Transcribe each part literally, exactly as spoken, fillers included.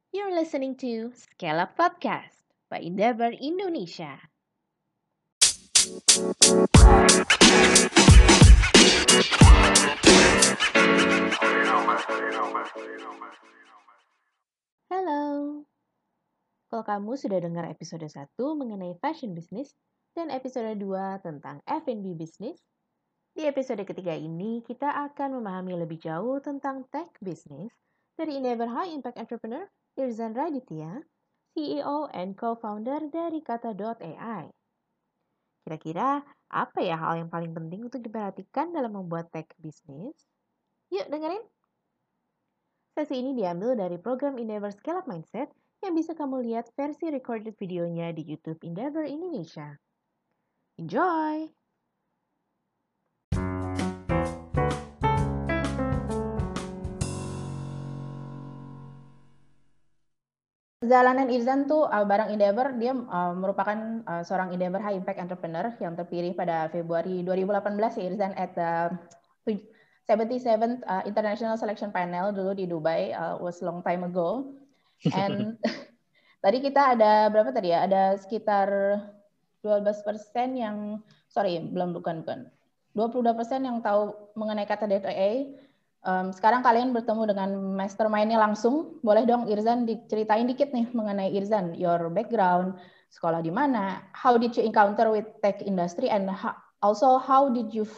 You're listening to Scale Up Podcast by Endeavor Indonesia. Halo, kalau kamu sudah dengar episode satu mengenai fashion business dan episode dua tentang F and B business, di episode ketiga ini kita akan memahami lebih jauh tentang tech business dari Endeavor High Impact Entrepreneur Irzan Raditya, C E O and co-founder dari Kata dot A I. Kira-kira apa ya hal yang paling penting untuk diperhatikan dalam membuat tech business? Yuk dengerin! Sesi ini diambil dari program Endeavor Scale Up Mindset yang bisa kamu lihat versi recorded videonya di YouTube Endeavor Indonesia. Enjoy! Perjalanan Irzan tuh uh, bareng Endeavor, dia uh, merupakan uh, seorang Endeavor High Impact Entrepreneur yang terpilih pada Februari dua ribu delapan belas ya Irzan at the seventy-seventh uh, International Selection Panel dulu di Dubai, uh, was long time ago. And tadi kita ada berapa tadi ya? Ada sekitar dua belas persen yang, sorry, belum bukan bukan. dua puluh dua persen yang tahu mengenai Kata dot A I. Um, sekarang kalian bertemu dengan mastermind-nya langsung. Boleh dong Irzan diceritain dikit nih mengenai Irzan, your background, sekolah di mana, how did you encounter with tech industry, and how, also how did you,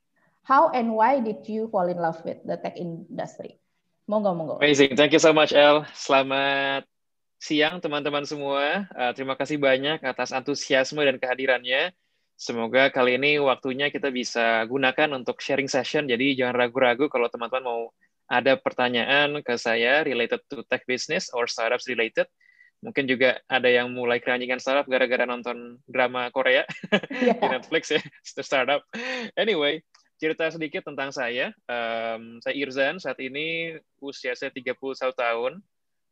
how and why did you fall in love with the tech industry? Monggo, monggo. Amazing, thank you so much El. Selamat siang teman-teman semua. Uh, terima kasih banyak atas antusiasme dan kehadirannya. Semoga kali ini waktunya kita bisa gunakan untuk sharing session. Jadi jangan ragu-ragu kalau teman-teman mau ada pertanyaan ke saya related to tech business or startups related. Mungkin juga ada yang mulai keranjingan startup gara-gara nonton drama Korea yeah. di Netflix ya, startup. Anyway, cerita sedikit tentang saya. Um, saya Irzan, saat ini usia saya tiga puluh satu tahun.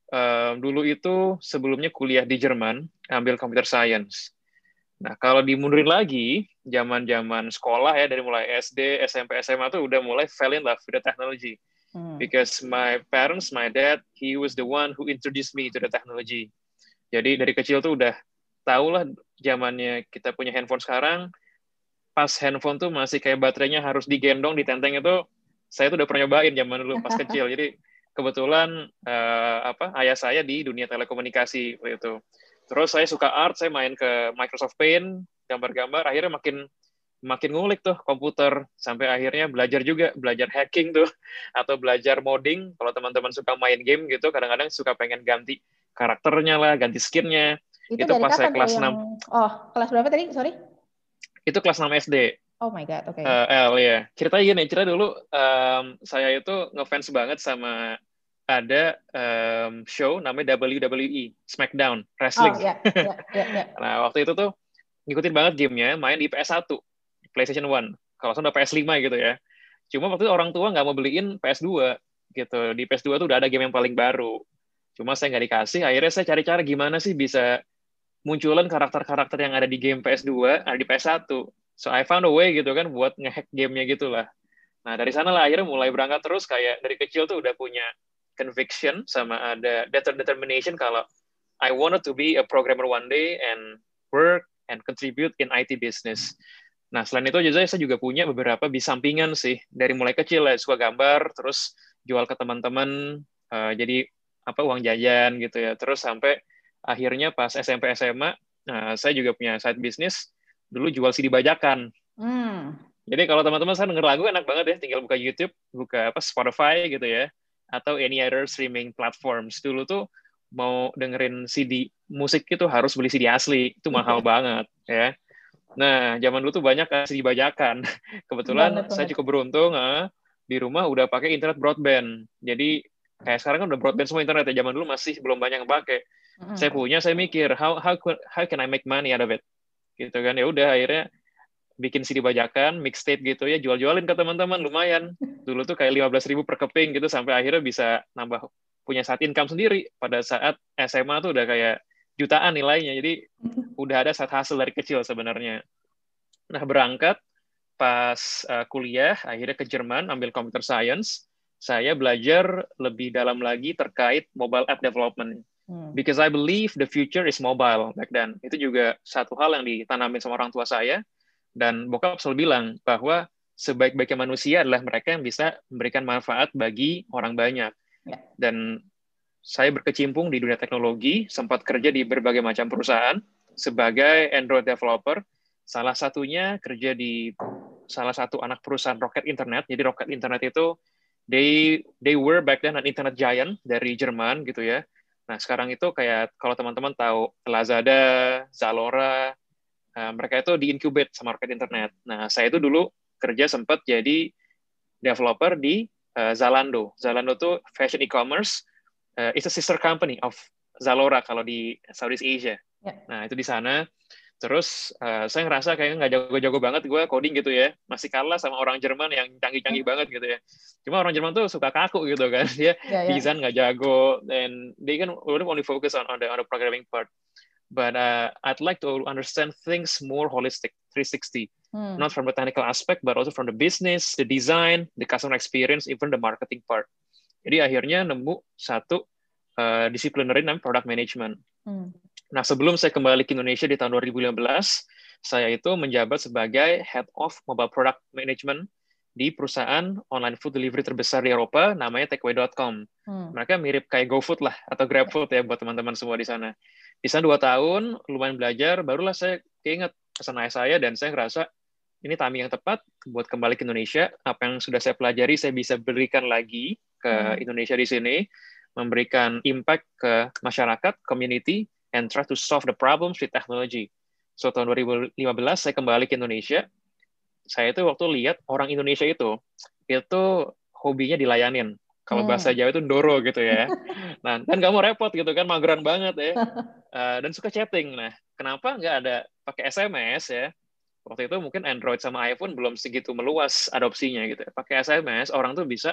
Um, dulu itu sebelumnya kuliah di Jerman, ambil computer science. Nah, kalau dimundurin lagi, zaman-zaman sekolah ya, dari mulai S D, S M P, S M A tuh udah mulai fell in love with the technology. Hmm. Because my parents, my dad, he was the one who introduced me to the technology. Jadi dari kecil tuh udah tau lah zamannya kita punya handphone sekarang, pas handphone tuh masih kayak baterainya harus digendong, ditenteng itu, saya tuh udah pernah nyobain zaman dulu pas kecil. Jadi kebetulan uh, apa ayah saya di dunia telekomunikasi itu. Terus saya suka art, saya main ke Microsoft Paint, gambar-gambar, akhirnya makin makin ngulik tuh komputer, sampai akhirnya belajar juga, belajar hacking tuh, atau belajar modding. Kalau teman-teman suka main game gitu, kadang-kadang suka pengen ganti karakternya lah, ganti skinnya. Itu, itu pas saya kelas yang... enam. Oh, kelas berapa tadi? Sorry. Itu kelas enam S D. Oh my God, oke. Okay. Uh, L ya. Ceritanya gini, cerita dulu um, saya itu ngefans banget sama ada um, show namanya W W E, SmackDown, wrestling. Oh, yeah, yeah, yeah, yeah. Nah, waktu itu tuh ngikutin banget gamenya, main di P S satu, PlayStation one. Kalau udah P S lima gitu ya. Cuma waktu itu orang tua nggak mau beliin P S dua gitu. Di P S dua tuh udah ada game yang paling baru. Cuma saya nggak dikasih, akhirnya saya cari cara gimana sih bisa munculan karakter-karakter yang ada di game P S dua, ada di P S satu. So I found a way gitu kan buat ngehack gamenya gitu lah. Nah dari sana lah akhirnya mulai berangkat terus, kayak dari kecil tuh udah punya conviction sama ada determination kalau I wanted to be a programmer one day and work and contribute in I T business. Nah selain itu juga saya juga punya beberapa bis sampingan sih, dari mulai kecil ya suka gambar, terus jual ke teman-teman, uh, jadi apa uang jajan gitu ya, terus sampai akhirnya pas S M P S M A, nah, saya juga punya side business, dulu jual C D bajakan. Hmm. Jadi kalau teman-teman saya denger lagu enak banget ya, tinggal buka YouTube, buka apa Spotify gitu ya, atau any other streaming platforms. Dulu tuh mau dengerin C D musik itu harus beli C D asli, itu mahal banget ya. Nah, zaman dulu tuh banyak C D bajakan. Kebetulan banget, saya cukup beruntung, ah, di rumah udah pakai internet broadband. Jadi kayak sekarang kan udah broadband semua internet ya, zaman dulu masih belum banyak yang pakai. Mm-hmm. Saya punya, saya mikir how how how can I make money out of it? Gitu kan. Ya udah akhirnya bikin C D bajakan, mixtape gitu ya, jual-jualin ke teman-teman, lumayan. Dulu tuh kayak lima belas ribu per keping gitu, sampai akhirnya bisa nambah punya side income sendiri. Pada saat S M A tuh udah kayak jutaan nilainya, jadi udah ada side hustle dari kecil sebenarnya. Nah berangkat pas uh, kuliah, akhirnya ke Jerman, ambil computer science, saya belajar lebih dalam lagi terkait mobile app development. Hmm. Because I believe the future is mobile back then. Itu juga satu hal yang ditanamin sama orang tua saya. Dan bokap selalu bilang bahwa sebaik-baiknya manusia adalah mereka yang bisa memberikan manfaat bagi orang banyak. Yeah. Dan saya berkecimpung di dunia teknologi, sempat kerja di berbagai macam perusahaan sebagai Android developer. Salah satunya kerja di salah satu anak perusahaan roket internet. Jadi roket internet itu they they were back then an internet giant dari Jerman gitu ya. Nah, sekarang itu kayak kalau teman-teman tahu Lazada, Zalora, uh, mereka itu di-incubate sama roket internet. Nah, saya itu dulu kerja sempat jadi developer di uh, Zalando. Zalando itu fashion e-commerce. Uh, it's a sister company of Zalora kalau di Southeast Asia. Yeah. Nah, itu di sana. Terus uh, saya ngerasa kayaknya nggak jago-jago banget gue coding gitu ya. Masih kalah sama orang Jerman yang canggih-canggih hmm. banget gitu ya. Cuma orang Jerman tuh suka kaku gitu kan. Dia yeah, yeah. desain nggak jago. And they can only focus on, on, the, on the programming part. But uh, I'd like to understand things more holistic, three sixty. Hmm. Not from the technical aspect, but also from the business, the design, the customer experience, even the marketing part. Jadi akhirnya nemu satu uh, disciplinary namanya product management. Hmm. Nah, sebelum saya kembali ke Indonesia di tahun dua ribu lima belas, saya itu menjabat sebagai Head of Mobile Product Management di perusahaan online food delivery terbesar di Eropa, namanya takeaway dot com. Hmm. Mereka mirip kayak GoFood lah, atau GrabFood ya buat teman-teman semua di sana. Di sana dua tahun, lumayan belajar, barulah saya keinget pesan ayah saya, dan saya ngerasa ini timing yang tepat buat kembali ke Indonesia. Apa yang sudah saya pelajari, saya bisa berikan lagi ke hmm. Indonesia di sini, memberikan impact ke masyarakat, community, and try to solve the problems with technology. So, tahun dua ribu lima belas, saya kembali ke Indonesia. Saya itu waktu lihat orang Indonesia itu, itu hobinya dilayanin. Kalau hmm. bahasa Jawa itu ndoro gitu ya. Nah, kan kamu repot gitu kan, mageran banget ya. Uh, dan suka chatting. Nah, kenapa nggak ada pakai S M S ya? Waktu itu mungkin Android sama iPhone belum segitu meluas adopsinya gitu. Pakai S M S, orang tuh bisa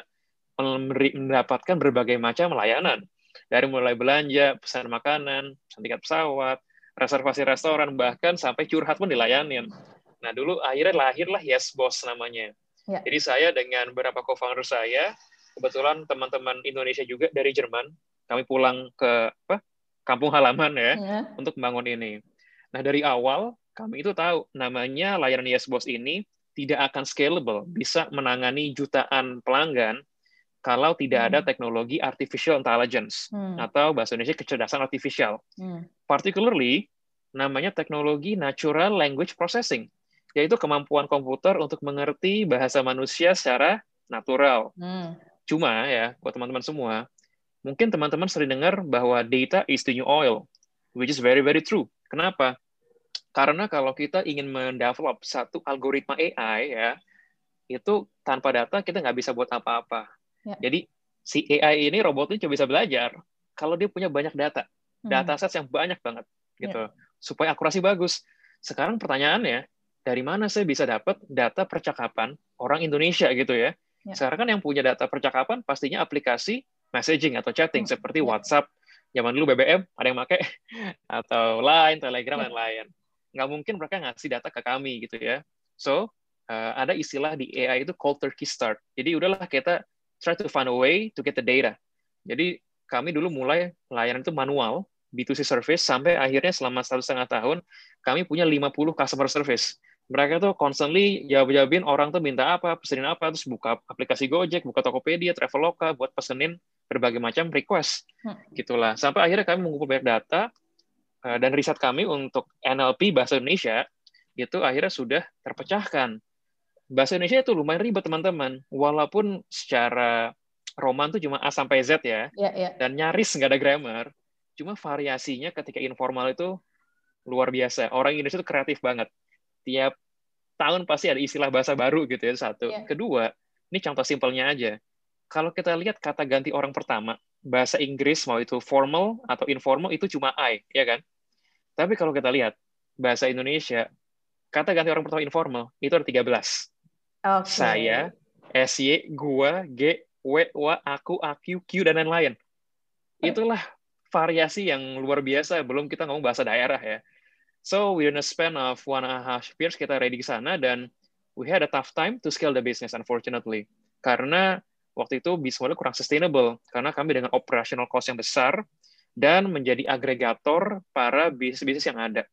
mendapatkan berbagai macam layanan. Dari mulai belanja, pesan makanan, pesan tiket pesawat, reservasi restoran, bahkan sampai curhat pun dilayanin. Nah, dulu akhirnya lahirlah Yes Boss namanya. Ya. Jadi saya dengan beberapa co-founder saya, kebetulan teman-teman Indonesia juga dari Jerman, kami pulang ke apa, kampung halaman ya, ya, untuk membangun ini. Nah, dari awal, kami itu tahu namanya layanan Yes Boss ini tidak akan scalable, bisa menangani jutaan pelanggan, kalau tidak ada teknologi artificial intelligence, hmm. atau bahasa Indonesia kecerdasan artifisial. Hmm. Particularly, namanya teknologi natural language processing, yaitu kemampuan komputer untuk mengerti bahasa manusia secara natural. Hmm. Cuma ya, buat teman-teman semua, mungkin teman-teman sering dengar bahwa data is the new oil, which is very, very true. Kenapa? Karena kalau kita ingin mendevelop satu algoritma A I, ya, itu tanpa data kita nggak bisa buat apa-apa. Ya. Jadi si A I ini robotnya cuma bisa belajar kalau dia punya banyak data, hmm. data set yang banyak banget gitu, ya. Supaya akurasi bagus. Sekarang pertanyaannya, dari mana saya bisa dapat data percakapan orang Indonesia gitu ya? Ya. Sekarang kan yang punya data percakapan pastinya aplikasi messaging atau chatting hmm. seperti ya. WhatsApp, zaman dulu B B M ada yang pakai, atau Line, Telegram, dan ya. lain. Nggak mungkin mereka ngasih data ke kami gitu ya. So uh, ada istilah di A I itu cold turkey start. Jadi udahlah kita try to find a way to get the data. Jadi kami dulu mulai layanan itu manual, B to C service, sampai akhirnya selama satu setengah tahun, kami punya lima puluh customer service. Mereka tuh constantly jawab-jawabin orang tuh minta apa, pesenin apa, terus buka aplikasi Gojek, buka Tokopedia, Traveloka, buat pesenin berbagai macam request. Hmm. Gitulah. Sampai akhirnya kami mengumpul banyak data, dan riset kami untuk N L P Bahasa Indonesia, itu akhirnya sudah terpecahkan. Bahasa Indonesia itu lumayan ribet, teman-teman. Walaupun secara roman tuh cuma A sampai Z ya, yeah, yeah. dan nyaris nggak ada grammar. Cuma variasinya ketika informal itu luar biasa. Orang Indonesia itu kreatif banget. Tiap tahun pasti ada istilah bahasa baru gitu ya, satu. Yeah. Kedua, ini contoh simpelnya aja. Kalau kita lihat kata ganti orang pertama, bahasa Inggris mau itu formal atau informal itu cuma I, ya kan? Tapi kalau kita lihat bahasa Indonesia, kata ganti orang pertama informal itu ada tiga belas. Okay. Saya, S Y, gua, G, W, W, aku, aku, Q, dan lain-lain. Itulah variasi yang luar biasa, belum kita ngomong bahasa daerah ya. So, within a span of one and a half years, kita ready ke sana, dan we had a tough time to scale the business, unfortunately. Karena waktu itu bisnis model kurang sustainable karena kami dengan operational cost yang besar dan menjadi agregator para bisnis-bisnis yang ada.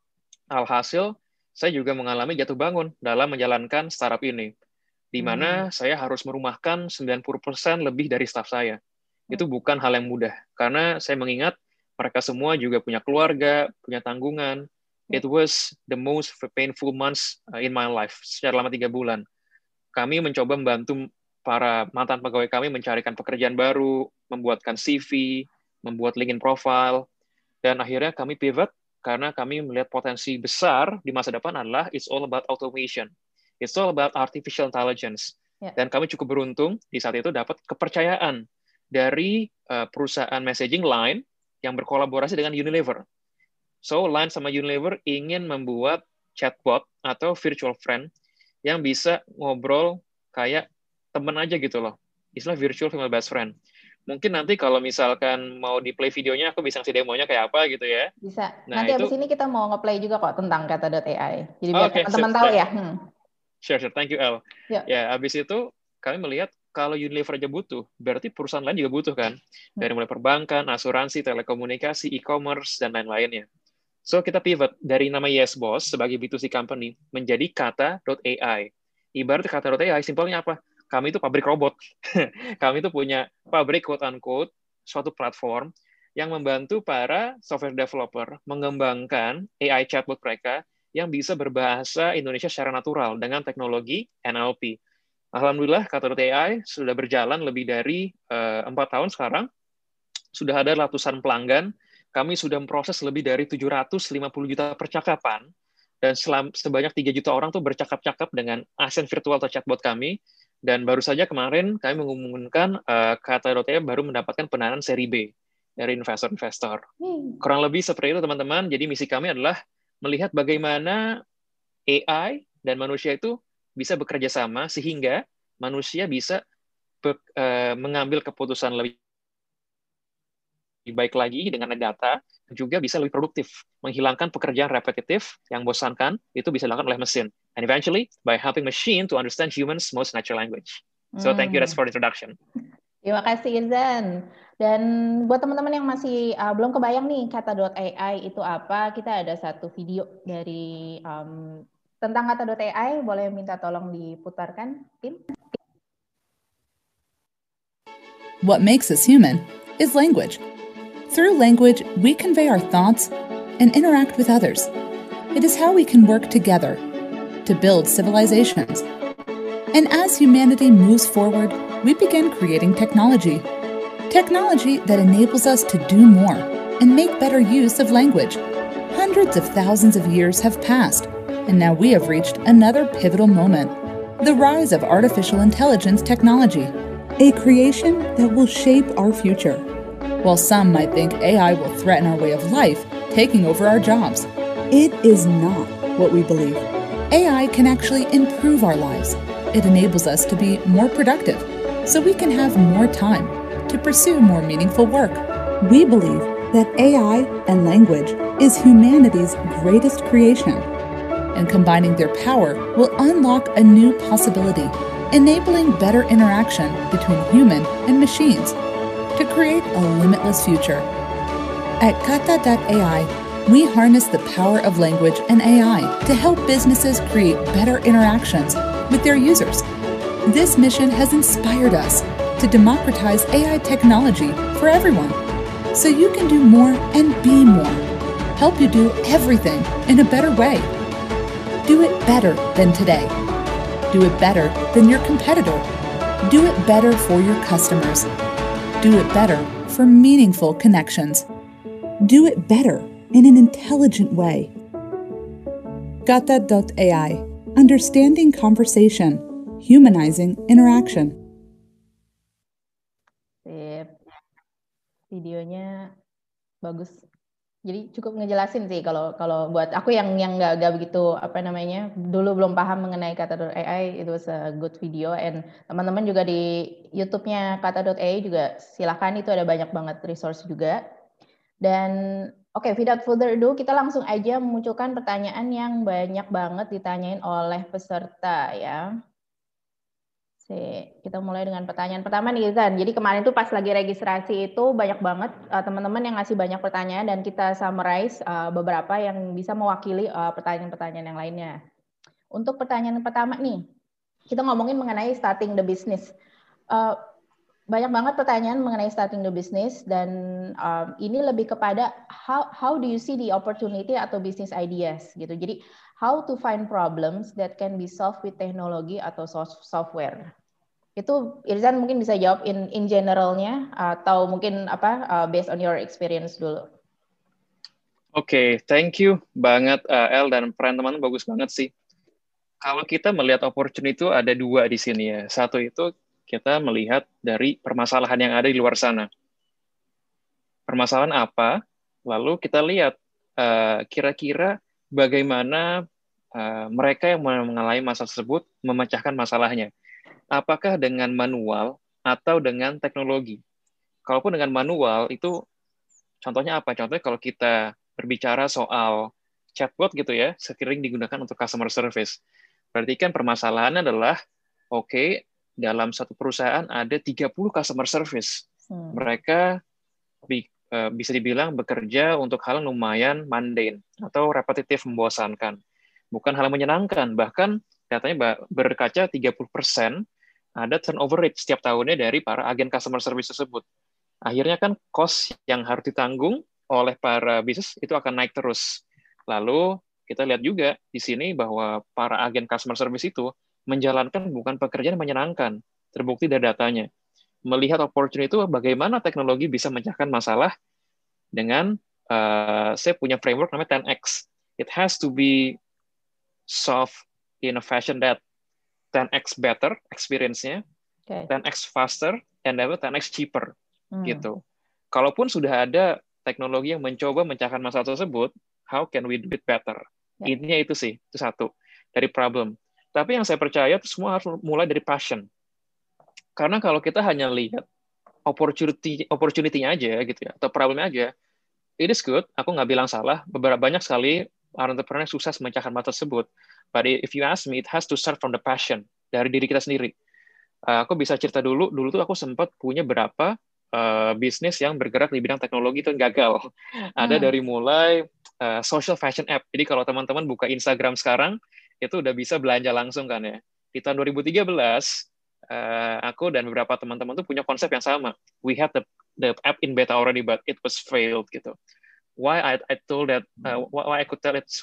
Alhasil, saya juga mengalami jatuh bangun dalam menjalankan startup ini, di mana hmm. saya harus merumahkan sembilan puluh persen lebih dari staf saya. Itu bukan hal yang mudah, karena saya mengingat mereka semua juga punya keluarga, punya tanggungan. It was the most painful months in my life, selama tiga bulan. Kami mencoba membantu para mantan pegawai kami mencarikan pekerjaan baru, membuatkan C V, membuat LinkedIn profile, dan akhirnya kami pivot karena kami melihat potensi besar di masa depan adalah it's all about automation. It's all about artificial intelligence. Yeah. Dan kami cukup beruntung di saat itu dapat kepercayaan dari uh, perusahaan messaging Line yang berkolaborasi dengan Unilever. So, Line sama Unilever ingin membuat chatbot atau virtual friend yang bisa ngobrol kayak temen aja gitu loh. Istilah virtual female best friend. Mungkin nanti kalau misalkan mau di-play videonya, aku bisa ngasih demonya kayak apa gitu ya. Bisa. Nah, nanti itu... abis ini kita mau nge-play juga kok tentang kata dot A I. Jadi biar okay, teman-teman tahu ya. Hmm. Sure, sure. Thank you, El. Yeah. Ya, abis itu kami melihat kalau Unilever aja butuh, berarti perusahaan lain juga butuh kan? Dari mulai perbankan, asuransi, telekomunikasi, e-commerce, dan lain-lainnya. So, kita pivot dari nama YesBoss sebagai B two C company menjadi kata dot A I. Ibarat kata dot A I, simpelnya apa? Kami itu pabrik robot. Kami itu punya pabrik quote-unquote, suatu platform yang membantu para software developer mengembangkan A I chatbot mereka yang bisa berbahasa Indonesia secara natural dengan teknologi N L P. Alhamdulillah, kata dot A I sudah berjalan lebih dari empat uh, tahun sekarang. Sudah ada ratusan pelanggan. Kami sudah memproses lebih dari tujuh ratus lima puluh juta percakapan. Dan selam, sebanyak tiga juta orang tuh bercakap-cakap dengan asisten virtual atau chatbot kami. Dan baru saja kemarin kami mengumumkan uh, kata dot A I baru mendapatkan pendanaan seri B dari investor-investor. Hmm. Kurang lebih seperti itu, teman-teman. Jadi misi kami adalah melihat bagaimana A I dan manusia itu bisa bekerja sama sehingga manusia bisa be, uh, mengambil keputusan lebih baik lagi dengan data, juga bisa lebih produktif, menghilangkan pekerjaan repetitif yang bosankan, itu bisa dilakukan oleh mesin. And eventually, by helping machine to understand humans' most natural language. So, thank you, that's for the introduction. Terima kasih, Irzan. Dan buat teman-teman yang masih uh, belum kebayang nih kata dot A I itu apa, kita ada satu video dari um, tentang kata dot A I, boleh minta tolong diputarkan, Tim? What makes us human is language. Through language, we convey our thoughts and interact with others. It is how we can work together to build civilizations. And as humanity moves forward, we begin creating technology. Technology that enables us to do more and make better use of language. Hundreds of thousands of years have passed, and now we have reached another pivotal moment, the rise of artificial intelligence technology, a creation that will shape our future. While some might think A I will threaten our way of life, taking over our jobs, it is not what we believe. A I can actually improve our lives. It enables us to be more productive, so we can have more time to pursue more meaningful work. We believe that A I and language is humanity's greatest creation, and combining their power will unlock a new possibility, enabling better interaction between human and machines to create a limitless future. At Kata dot A I, we harness the power of language and A I to help businesses create better interactions with their users. This mission has inspired us to democratize A I technology for everyone, so you can do more and be more. Help you do everything in a better way. Do it better than today. Do it better than your competitor. Do it better for your customers. Do it better for meaningful connections. Do it better in an intelligent way. Kata dot A I. Understanding conversation. Humanizing interaction. Sip. Videonya bagus. Jadi cukup ngejelasin sih kalau kalau buat aku yang yang nggak nggak begitu apa namanya dulu belum paham mengenai kata dot A I, itu was a good video. And teman-teman juga di YouTube-nya kata dot A I juga silakan, itu ada banyak banget resource juga. Dan oke, okay, without further ado kita langsung aja memunculkan pertanyaan yang banyak banget ditanyain oleh peserta ya. Oke, kita mulai dengan pertanyaan pertama nih Irzan. Jadi kemarin tuh pas lagi registrasi itu banyak banget uh, teman-teman yang ngasih banyak pertanyaan dan kita summarize uh, beberapa yang bisa mewakili uh, pertanyaan-pertanyaan yang lainnya. Untuk pertanyaan pertama nih, kita ngomongin mengenai starting the business. Uh, banyak banget pertanyaan mengenai starting the business dan um, ini lebih kepada how how do you see the opportunity atau business ideas gitu. Jadi how to find problems that can be solved with teknologi atau software. Itu Irzan mungkin bisa jawab in in generalnya atau mungkin apa uh, based on your experience dulu. Oke, okay, thank you banget uh, El dan peran teman bagus banget sih. Kalau kita melihat opportunity itu ada dua di sini ya. Satu itu kita melihat dari permasalahan yang ada di luar sana. Permasalahan apa? Lalu kita lihat uh, kira-kira bagaimana uh, mereka yang mengalami masalah tersebut memecahkan masalahnya. Apakah dengan manual atau dengan teknologi? Kalaupun dengan manual itu contohnya apa? Contohnya kalau kita berbicara soal chatbot gitu ya, sering digunakan untuk customer service. Berarti kan permasalahannya adalah, oke, okay, dalam satu perusahaan ada tiga puluh customer service. Hmm. Mereka bi- bisa dibilang bekerja untuk hal yang lumayan mundane atau repetitif, membosankan. Bukan hal yang menyenangkan, bahkan katanya berkaca tiga puluh persen ada turnover rate setiap tahunnya dari para agen customer service tersebut. Akhirnya kan cost yang harus ditanggung oleh para bisnis itu akan naik terus. Lalu kita lihat juga di sini bahwa para agen customer service itu menjalankan bukan pekerjaan yang menyenangkan, terbukti dari datanya. Melihat opportunity itu bagaimana teknologi bisa memecahkan masalah dengan, uh, saya punya framework namanya ten X. It has to be solved in a fashion that ten X better experience-nya, okay. ten X faster, and then ten X cheaper. Hmm. Gitu. Kalaupun sudah ada teknologi yang mencoba memecahkan masalah tersebut, how can we do it better? Yeah. Intinya itu sih, itu satu dari problem. Tapi yang saya percaya itu semua harus mulai dari passion. Karena kalau kita hanya lihat opportunity opportunity-nya aja gitu ya, atau problemnya aja, it is good. Aku nggak bilang salah. Beberapa banyak sekali entrepreneur yang sukses memecahkan masalah tersebut. But if you ask me, it has to start from the passion dari diri kita sendiri. Uh, aku bisa cerita dulu. Dulu tuh aku sempat punya berapa uh, bisnis yang bergerak di bidang teknologi itu gagal. Hmm. Ada dari mulai uh, social fashion app. Jadi kalau teman-teman buka Instagram sekarang, itu udah bisa belanja langsung kan ya. Di tahun dua ribu tiga belas, uh, aku dan beberapa teman-teman tuh punya konsep yang sama. We had the the app in beta already, but it was failed gitu. Why I I told that, uh, why I could tell it's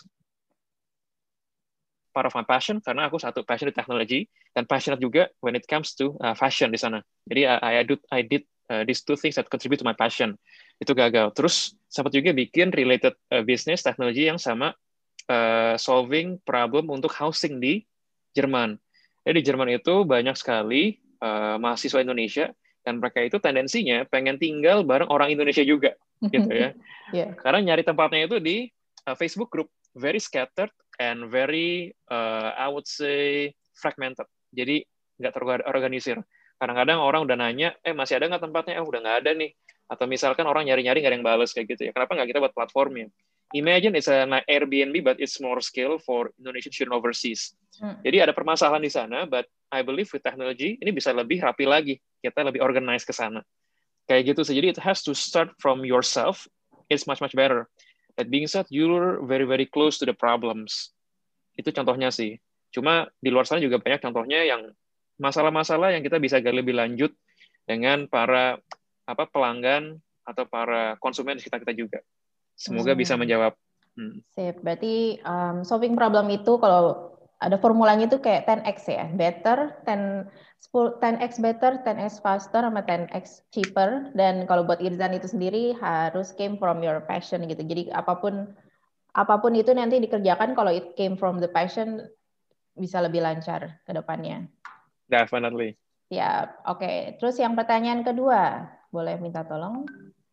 part of my passion, karena aku satu passion di teknologi dan passionate juga when it comes to uh, fashion di sana. Jadi I, I did I did uh, these two things that contribute to my passion. Itu gagal. Terus sempat juga bikin related uh, business teknologi yang sama, uh, solving problem untuk housing di Jerman. Jadi di Jerman itu banyak sekali uh, mahasiswa Indonesia dan mereka itu tendensinya pengen tinggal bareng orang Indonesia juga, gitu ya. Yeah. Karena nyari tempatnya itu di uh, Facebook group, very scattered and very, uh, I would say, fragmented. Jadi nggak terorganisir. Kadang-kadang orang udah nanya, eh masih ada nggak tempatnya? Eh udah nggak ada nih. Atau misalkan orang nyari-nyari nggak ada yang balas kayak gitu ya. Kenapa nggak kita buat platformnya? Imagine it's a Airbnb, but it's more scale for Indonesian student overseas. Hmm. Jadi ada permasalahan di sana, but I believe with technology ini bisa lebih rapi lagi. Kita lebih organize ke sana. Kayak gitu sih. Jadi it has to start from yourself. It's much much better. That being said, you're very very close to the problems. Itu contohnya sih. Cuma di luar sana juga banyak contohnya yang masalah-masalah yang kita bisa gali lebih lanjut dengan para apa pelanggan atau para konsumen di sekitar kita juga. Semoga hmm. bisa menjawab. Hmm. Sip. Berarti um, solving problem itu kalau ada formulanya itu kayak ten X ya, better, ten X better, ten X faster, sama ten X cheaper. Dan kalau buat Irzan itu sendiri harus came from your passion gitu. Jadi apapun apapun itu nanti dikerjakan kalau it came from the passion bisa lebih lancar ke depannya. Definitely. Ya, oke. Okay. Terus yang pertanyaan kedua, boleh minta tolong?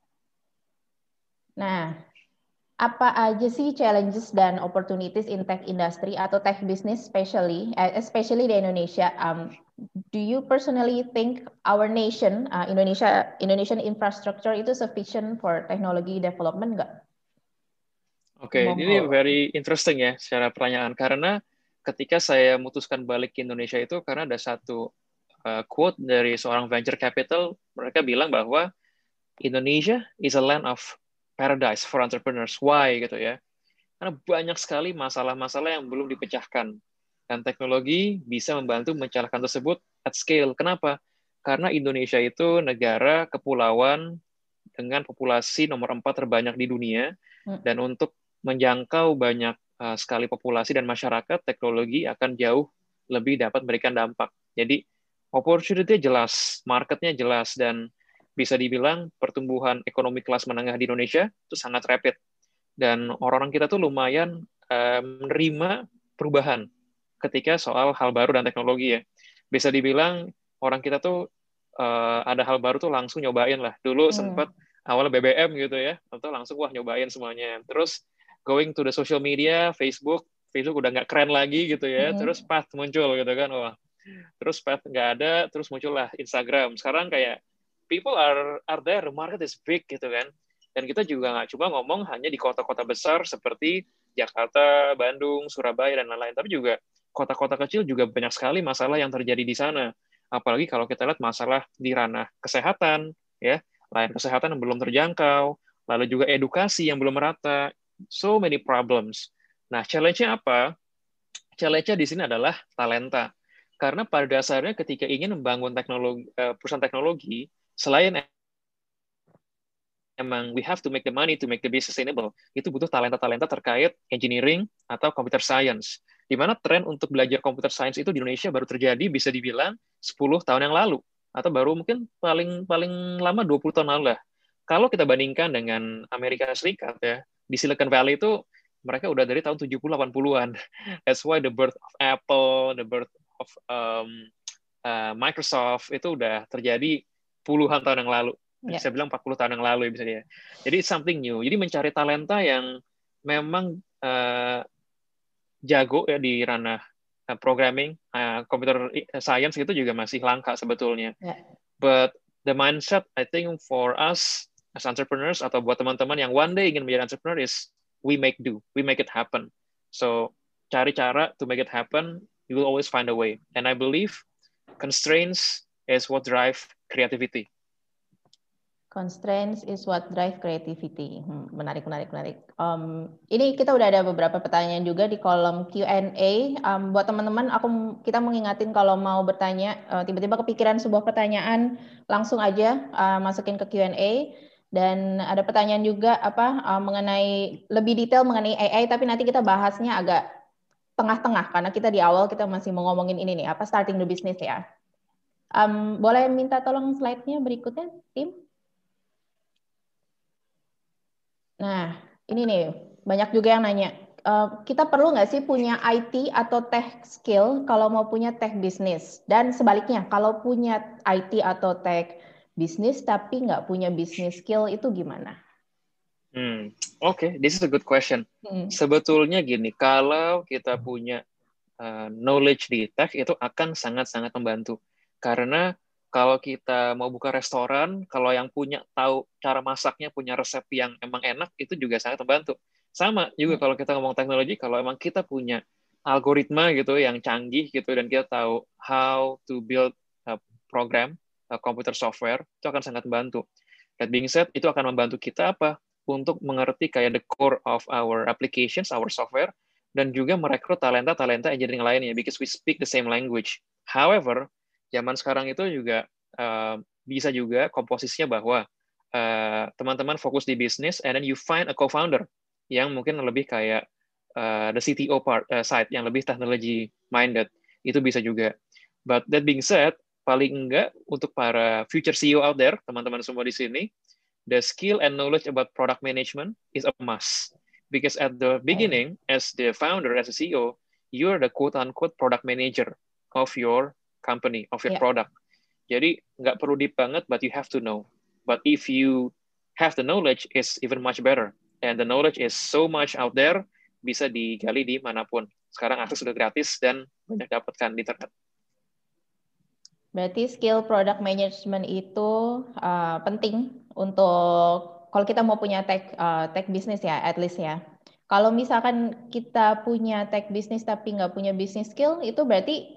Nah, apa aja sih challenges dan opportunities in tech industry atau tech business especially especially di Indonesia? Um, do you personally think our nation uh, Indonesia Indonesian infrastructure itu sufficient for technology development nggak? Oke, okay, ini very interesting ya secara pertanyaan karena ketika saya memutuskan balik ke Indonesia itu karena ada satu uh, quote dari seorang venture capital, mereka bilang bahwa Indonesia is a land of paradise for entrepreneurs. Why gitu ya? Karena banyak sekali masalah-masalah yang belum dipecahkan. Dan teknologi bisa membantu memecahkan tersebut at scale. Kenapa? Karena Indonesia itu negara kepulauan dengan populasi nomor empat terbanyak di dunia. Dan untuk menjangkau banyak uh, sekali populasi dan masyarakat, teknologi akan jauh lebih dapat memberikan dampak. Jadi, opportunity jelas, marketnya jelas, dan bisa dibilang pertumbuhan ekonomi kelas menengah di Indonesia itu sangat rapid. Dan orang-orang kita tuh lumayan uh, menerima perubahan ketika soal hal baru dan teknologi ya. Bisa dibilang orang kita tuh uh, ada hal baru tuh langsung nyobain lah. Dulu hmm. sempat awalnya B B M gitu ya, atau langsung wah nyobain semuanya. Terus going to the social media, Facebook, Facebook udah nggak keren lagi gitu ya. Hmm. Terus Path muncul gitu kan, wah. Terus Path nggak ada, terus muncullah Instagram. Sekarang kayak people are are there, the market is big gitu kan. Dan kita juga nggak cuma ngomong hanya di kota-kota besar seperti Jakarta, Bandung, Surabaya, dan lain-lain. Tapi juga kota-kota kecil juga banyak sekali masalah yang terjadi di sana. Apalagi kalau kita lihat masalah di ranah kesehatan, ya, layanan kesehatan yang belum terjangkau, lalu juga edukasi yang belum merata. So many problems. Nah, challenge-nya apa? Challenge-nya di sini adalah talenta. Karena pada dasarnya ketika ingin membangun teknologi, perusahaan teknologi, selain emang we have to make the money to make the business sustainable, itu butuh talenta-talenta terkait engineering atau computer science. Di mana tren untuk belajar computer science itu di Indonesia baru terjadi bisa dibilang sepuluh tahun yang lalu, atau baru mungkin paling paling lama dua puluh tahun lalu lah. Kalau kita bandingkan dengan Amerika Serikat ya, di Silicon Valley itu mereka udah dari tahun tujuh puluh delapan puluhan. That's why the birth of Apple, the birth of um, uh, Microsoft itu udah terjadi puluhan tahun yang lalu. Yeah. Saya bilang empat puluh tahun yang lalu ya bisa dia. Jadi something new. Jadi mencari talenta yang memang uh, jago ya di ranah uh, programming, uh, computer science itu juga masih langka sebetulnya. Yeah. But the mindset I think for us as entrepreneurs atau buat teman-teman yang one day ingin menjadi entrepreneur is we make do, we make it happen. So cari cara to make it happen, you will always find a way. And I believe constraints is what drive creativity. Constraints is what drive creativity. Hmm, menarik, menarik, menarik. Um, ini kita udah ada beberapa pertanyaan juga di kolom Q and A. Um, buat teman-teman, aku kita mengingatin kalau mau bertanya, uh, tiba-tiba kepikiran sebuah pertanyaan, langsung aja uh, masukin ke Q and A. Dan ada pertanyaan juga apa uh, mengenai lebih detail mengenai A I, tapi nanti kita bahasnya agak tengah-tengah karena kita di awal kita masih mau ngomongin ini nih, apa starting the business ya. Um, boleh minta tolong slide-nya berikutnya, tim? Nah, ini nih, banyak juga yang nanya, uh, kita perlu nggak sih punya I T atau tech skill kalau mau punya tech business? Dan sebaliknya, kalau punya I T atau tech business tapi nggak punya business skill, itu gimana? Hmm, Oke, okay. This is a good question. Hmm. Sebetulnya gini, kalau kita punya uh, knowledge di tech, itu akan sangat-sangat membantu. Karena kalau kita mau buka restoran, kalau yang punya tahu cara masaknya, punya resep yang emang enak, itu juga sangat membantu. Sama juga kalau kita ngomong teknologi, kalau emang kita punya algoritma gitu yang canggih gitu, dan kita tahu how to build a program, a computer software, itu akan sangat membantu. That being said, itu akan membantu kita apa? Untuk mengerti kayak the core of our applications, our software, dan juga merekrut talenta-talenta engineering lainnya, because we speak the same language. However, zaman sekarang itu juga uh, bisa juga komposisinya bahwa uh, teman-teman fokus di bisnis, and then you find a co-founder yang mungkin lebih kayak uh, the C T O part uh, side yang lebih technology minded, itu bisa juga. But that being said, paling enggak untuk para future C E O out there, teman-teman semua di sini, the skill and knowledge about product management is a must, because at the beginning, as the founder, as a C E O, you're the quote-unquote product manager of your company, of your yeah. product. Jadi nggak perlu deep banget, but you have to know. But if you have the knowledge, it's even much better. And the knowledge is so much out there, bisa digali di manapun. Sekarang akses sudah gratis dan banyak dapatkan di internet. Berarti skill product management itu uh, penting untuk kalau kita mau punya tech uh, tech business ya, at least ya. Kalau misalkan kita punya tech business tapi nggak punya business skill, itu berarti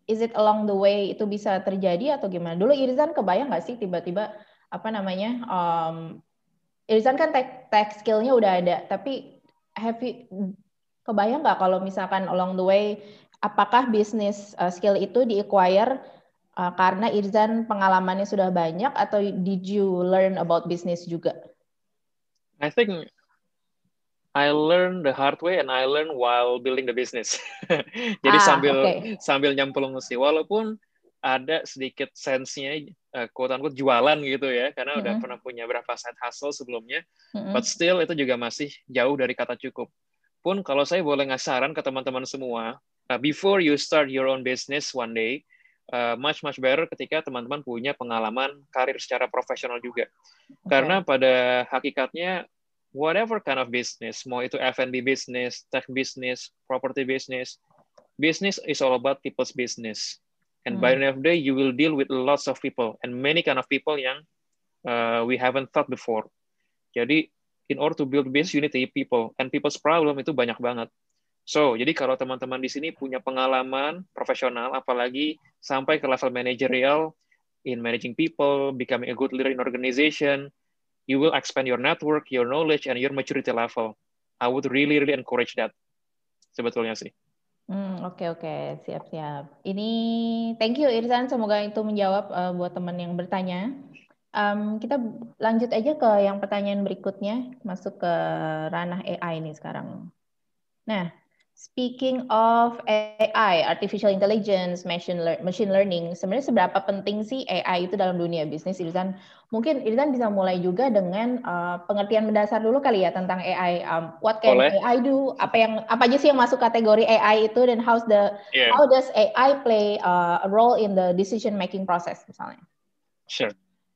is it along the way itu bisa terjadi atau gimana? Dulu Irzan kebayang nggak sih tiba-tiba apa namanya? Um, Irzan kan tech, tech skill-nya udah ada, tapi have you, kebayang nggak kalau misalkan along the way, apakah bisnis uh, skill itu di-acquire uh, karena Irzan pengalamannya sudah banyak, atau did you learn about business juga? I think I learned the hard way and I learned while building the business. Jadi ah, sambil okay. sambil nyemplung sih, walaupun ada sedikit sense-nya uh, quote-unquote jualan gitu ya, karena mm-hmm. udah pernah punya berapa side hustle sebelumnya, mm-hmm. but still itu juga masih jauh dari kata cukup. Pun kalau saya boleh ngasih saran ke teman-teman semua, uh, before you start your own business one day, uh, much much better ketika teman-teman punya pengalaman karir secara profesional juga. Okay. Karena pada hakikatnya whatever kind of business, mau itu F and B business, tech business, property business, business is all about people's business. And hmm. by the end of the day, you will deal with lots of people and many kind of people yang uh, we haven't thought before. Jadi, in order to build business, you need to people. And people's problem itu banyak banget. So, jadi kalau teman-teman di sini punya pengalaman profesional, apalagi sampai ke level managerial, in managing people, becoming a good leader in organization, you will expand your network, your knowledge, and your maturity level. I would really, really encourage that. Sebetulnya sih. Hmm, oke, okay, oke. Okay. Siap-siap. Ini, thank you Irzan. Semoga itu menjawab uh, buat teman yang bertanya. Um, kita lanjut aja ke yang pertanyaan berikutnya. Masuk ke ranah A I nih sekarang. Nah, speaking of A I, artificial intelligence, machine, lear- machine learning, sebenarnya seberapa penting sih A I itu dalam dunia bisnis, Irzan? Mungkin Irzan bisa mulai juga dengan uh, pengertian mendasar dulu kali ya tentang A I. Um, what can Boleh. A I do? Apa yang apa aja sih yang masuk kategori A I itu, dan how's the yeah. how does A I play uh, a role in the decision making process misalnya? Sure.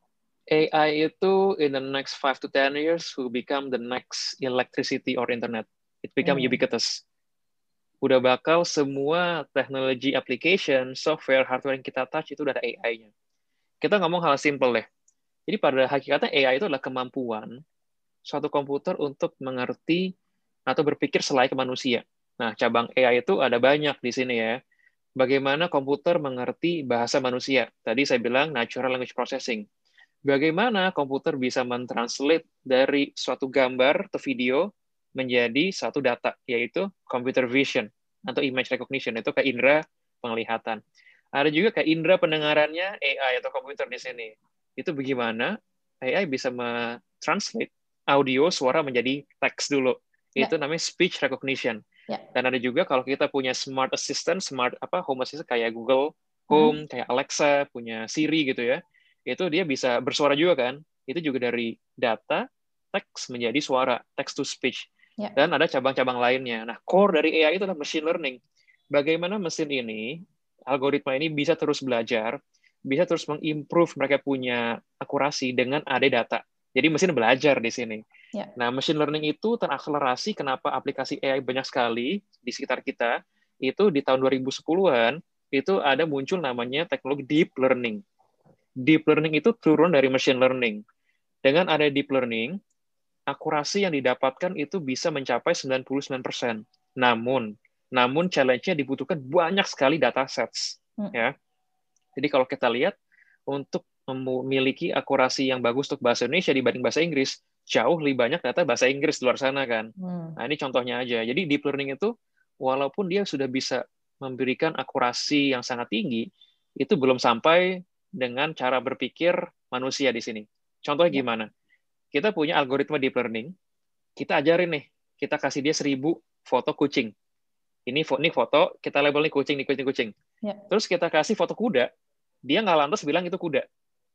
A I itu in the next five to ten years will become the next electricity or internet. It become hmm. ubiquitous. Udah bakal semua teknologi application, software, hardware yang kita touch itu udah ada A I-nya. Kita ngomong hal simple deh. Jadi pada hakikatnya A I itu adalah kemampuan suatu komputer untuk mengerti atau berpikir selayaknya manusia. Nah, cabang A I itu ada banyak di sini ya. Bagaimana komputer mengerti bahasa manusia. Tadi saya bilang natural language processing. Bagaimana komputer bisa mentranslate dari suatu gambar atau video menjadi satu data, yaitu computer vision atau image recognition, itu kayak indera penglihatan. Ada juga kayak indera pendengarannya A I atau komputer di sini. Itu bagaimana A I bisa mentranslate audio suara menjadi teks dulu. Itu ya. Namanya speech recognition. Ya. Dan ada juga kalau kita punya smart assistant, smart apa home assistant kayak Google Home, hmm. kayak Alexa, punya Siri gitu ya. Itu dia bisa bersuara juga kan. Itu juga dari data teks menjadi suara, text to speech. Ya. Dan ada cabang-cabang lainnya. Nah, core dari A I itu adalah machine learning. Bagaimana mesin ini, algoritma ini bisa terus belajar, bisa terus mengimprove mereka punya akurasi dengan ada data. Jadi mesin belajar di sini. Ya. Nah, machine learning itu terakselerasi kenapa aplikasi A I banyak sekali di sekitar kita. Itu di tahun dua ribu sepuluhan, itu ada muncul namanya teknologi deep learning. Deep learning itu turun dari machine learning. Dengan ada deep learning, akurasi yang didapatkan itu bisa mencapai sembilan puluh sembilan persen. Namun, namun challenge-nya dibutuhkan banyak sekali data sets. Hmm. Ya. Jadi kalau kita lihat, untuk memiliki akurasi yang bagus untuk bahasa Indonesia dibanding bahasa Inggris, jauh lebih banyak data bahasa Inggris di luar sana kan. Hmm. Nah, ini contohnya aja. Jadi deep learning itu, walaupun dia sudah bisa memberikan akurasi yang sangat tinggi, itu belum sampai dengan cara berpikir manusia di sini. Contohnya gimana? Kita punya algoritma deep learning, kita ajarin nih, kita kasih dia seribu foto kucing. Ini, ini foto, kita label nih kucing, nih kucing-kucing. Ya. Terus kita kasih foto kuda, dia nggak lantas bilang itu kuda.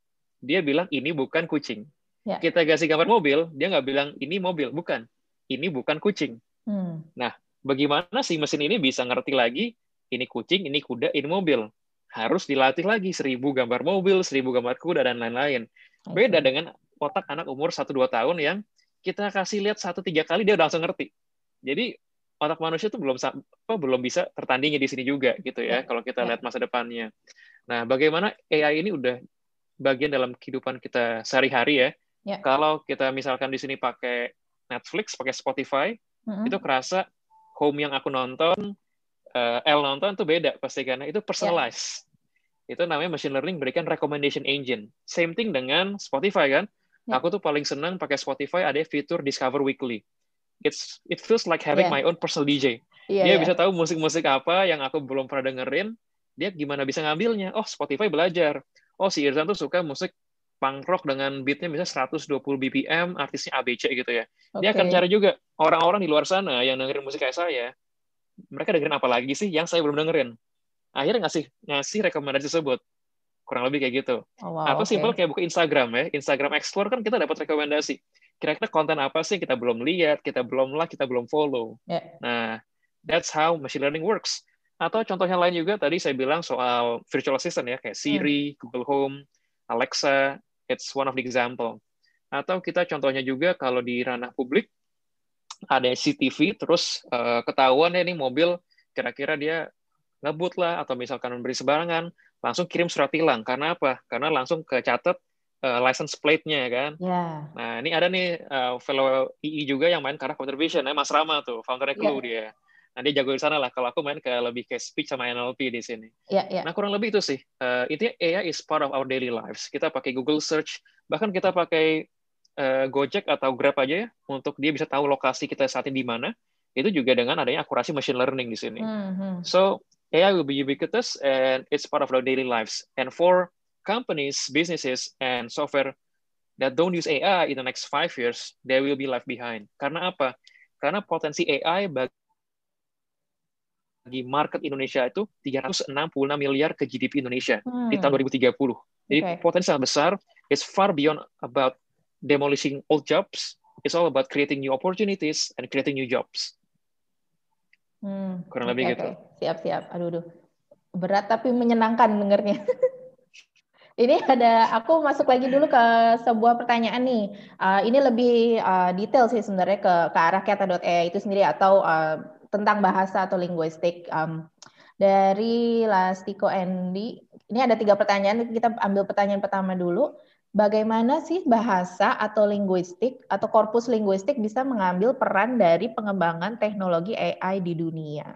Dia bilang ini bukan kucing. Ya. Kita kasih gambar mobil, dia nggak bilang ini mobil, bukan. Ini bukan kucing. Hmm. Nah, bagaimana si mesin ini bisa ngerti lagi, ini kucing, ini kuda, ini mobil. Harus dilatih lagi, seribu gambar mobil, seribu gambar kuda, dan lain-lain. Beda dengan otak anak umur satu sampai dua tahun yang kita kasih lihat satu tiga kali dia udah langsung ngerti. Jadi otak manusia itu belum apa, belum bisa tertandingi di sini juga gitu ya, ya kalau kita ya. lihat masa depannya. Nah, bagaimana A I ini udah bagian dalam kehidupan kita sehari-hari ya. ya. Kalau kita misalkan di sini pakai Netflix, pakai Spotify, mm-hmm. itu kerasa home yang aku nonton uh, L nonton tuh beda pasti karena itu personalized. Yeah. Itu namanya machine learning berikan recommendation engine. Same thing dengan Spotify kan. Yeah. Aku tuh paling senang pakai Spotify ada fitur Discover Weekly. It's it feels like having yeah. my own personal D J. Yeah, dia yeah. bisa tahu musik-musik apa yang aku belum pernah dengerin. Dia gimana bisa ngambilnya? Oh, Spotify belajar. Oh, si Irzan tuh suka musik punk rock dengan beatnya bisa seratus dua puluh B P M, artisnya A B C gitu ya. Okay. Dia akan cari juga orang-orang di luar sana yang dengerin musik kayak saya. Mereka dengerin apa lagi sih yang saya belum dengerin? Akhirnya ngasih ngasih rekomendasi tersebut. Kurang lebih kayak gitu. Oh, wow, Atau okay. simpel kayak buka Instagram ya. Instagram Explore kan kita dapat rekomendasi. Kira-kira konten apa sih kita belum lihat, kita belum like, kita belum follow. Yeah. Nah, that's how machine learning works. Atau contohnya lain juga tadi saya bilang soal virtual assistant ya, kayak Siri, hmm. Google Home, Alexa, it's one of the example. Atau kita contohnya juga kalau di ranah publik, ada C C T V, terus uh, ketahuan ya nih mobil, kira-kira dia ngebut lah, atau misalkan memberi sembarangan, langsung kirim surat tilang. Karena apa? Karena langsung kecatat uh, license plate-nya kan. Yeah. Nah, ini ada nih uh, fellow I I juga yang main ke arah computer vision, ya, Mas Rama tuh, founder-nya Clue yeah. dia. Nah, dia jago di sana lah. Kalau aku main ke lebih ke speech sama N L P di sini. Yeah, yeah. Nah, kurang lebih itu sih. Uh, itu A I is part of our daily lives. Kita pakai Google Search, bahkan kita pakai uh, Gojek atau Grab aja ya, untuk dia bisa tahu lokasi kita saat ini di mana. Itu juga dengan adanya akurasi machine learning di sini. Mm-hmm. So, A I will be ubiquitous and it's part of our daily lives. And for companies, businesses, and software that don't use A I in the next five years, they will be left behind. Karena apa? Karena potensi A I bagi di market Indonesia itu tiga ratus enam puluh enam miliar ke G D P Indonesia hmm. di tahun dua ribu tiga puluh. Jadi okay. potensi sangat besar. It's far beyond about demolishing old jobs. It's all about creating new opportunities and creating new jobs. Hmm. Kurang lebih okay, gitu. Okay. Siap-siap. Aduh, aduh. Berat tapi menyenangkan dengarnya. Ini ada, aku masuk lagi dulu ke sebuah pertanyaan nih. Uh, ini lebih uh, detail sih sebenarnya ke, ke arah kata dot A I itu sendiri atau uh, tentang bahasa atau linguistik. Um, dari Lastiko Andy, ini ada tiga pertanyaan, kita ambil pertanyaan pertama dulu. Bagaimana sih bahasa atau linguistik atau korpus linguistik bisa mengambil peran dari pengembangan teknologi A I di dunia?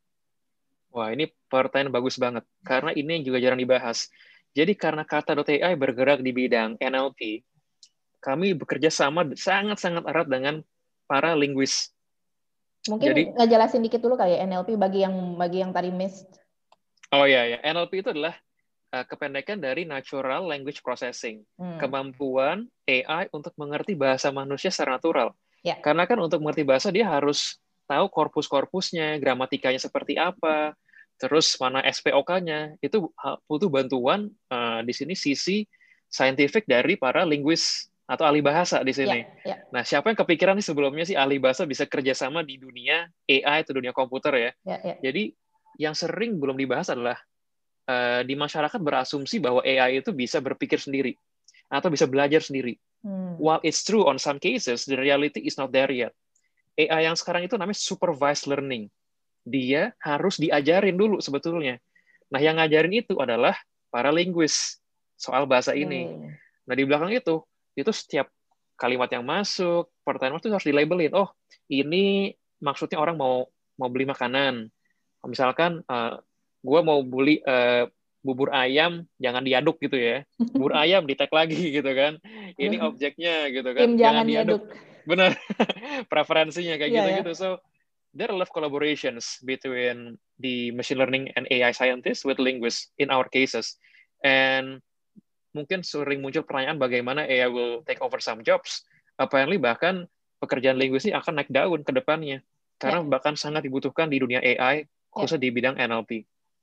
Wah, ini pertanyaan bagus banget, karena ini yang juga jarang dibahas. Jadi karena kata dot A I bergerak di bidang N L P, kami bekerja sama sangat-sangat erat dengan para linguis. Mungkin Jadi, ngejelasin dikit dulu kali ya N L P bagi yang bagi yang tadi miss. Oh iya ya, N L P itu adalah uh, kependekan dari Natural Language Processing, hmm. kemampuan A I untuk mengerti bahasa manusia secara natural. Ya. Karena kan untuk mengerti bahasa dia harus tahu korpus-korpusnya, gramatikanya seperti apa, terus mana S P O K-nya. Itu butuh bantuan uh, di sini sisi scientific dari para linguis atau ahli bahasa di sini. Yeah, yeah. Nah, siapa yang kepikiran nih sebelumnya sih ahli bahasa bisa kerjasama di dunia A I atau dunia komputer ya? Yeah, yeah. Jadi yang sering belum dibahas adalah uh, di masyarakat berasumsi bahwa A I itu bisa berpikir sendiri atau bisa belajar sendiri. Hmm. While it's true on some cases, the reality is not there yet. A I yang sekarang itu namanya supervised learning. Dia harus diajarin dulu sebetulnya. Nah, yang ngajarin itu adalah para linguis soal bahasa ini. Hmm. Nah, di belakang itu itu setiap kalimat yang masuk, pertanyaan itu harus dilabelin. Oh, ini maksudnya orang mau mau beli makanan. Misalkan, uh, gue mau beli uh, bubur ayam, jangan diaduk gitu ya. Bubur ayam di-tag lagi gitu kan. Ini objeknya gitu kan. Tim jangan diaduk. Benar. Preferensinya kayak yeah, gitu-gitu. Yeah. So, there are a lot of collaborations between the machine learning and A I scientists with linguists in our cases. And mungkin sering muncul pertanyaan bagaimana A I will take over some jobs. Apparently bahkan pekerjaan linguistik akan naik daun ke depannya. Karena yeah. bahkan sangat dibutuhkan di dunia A I, khususnya yeah. di bidang N L P.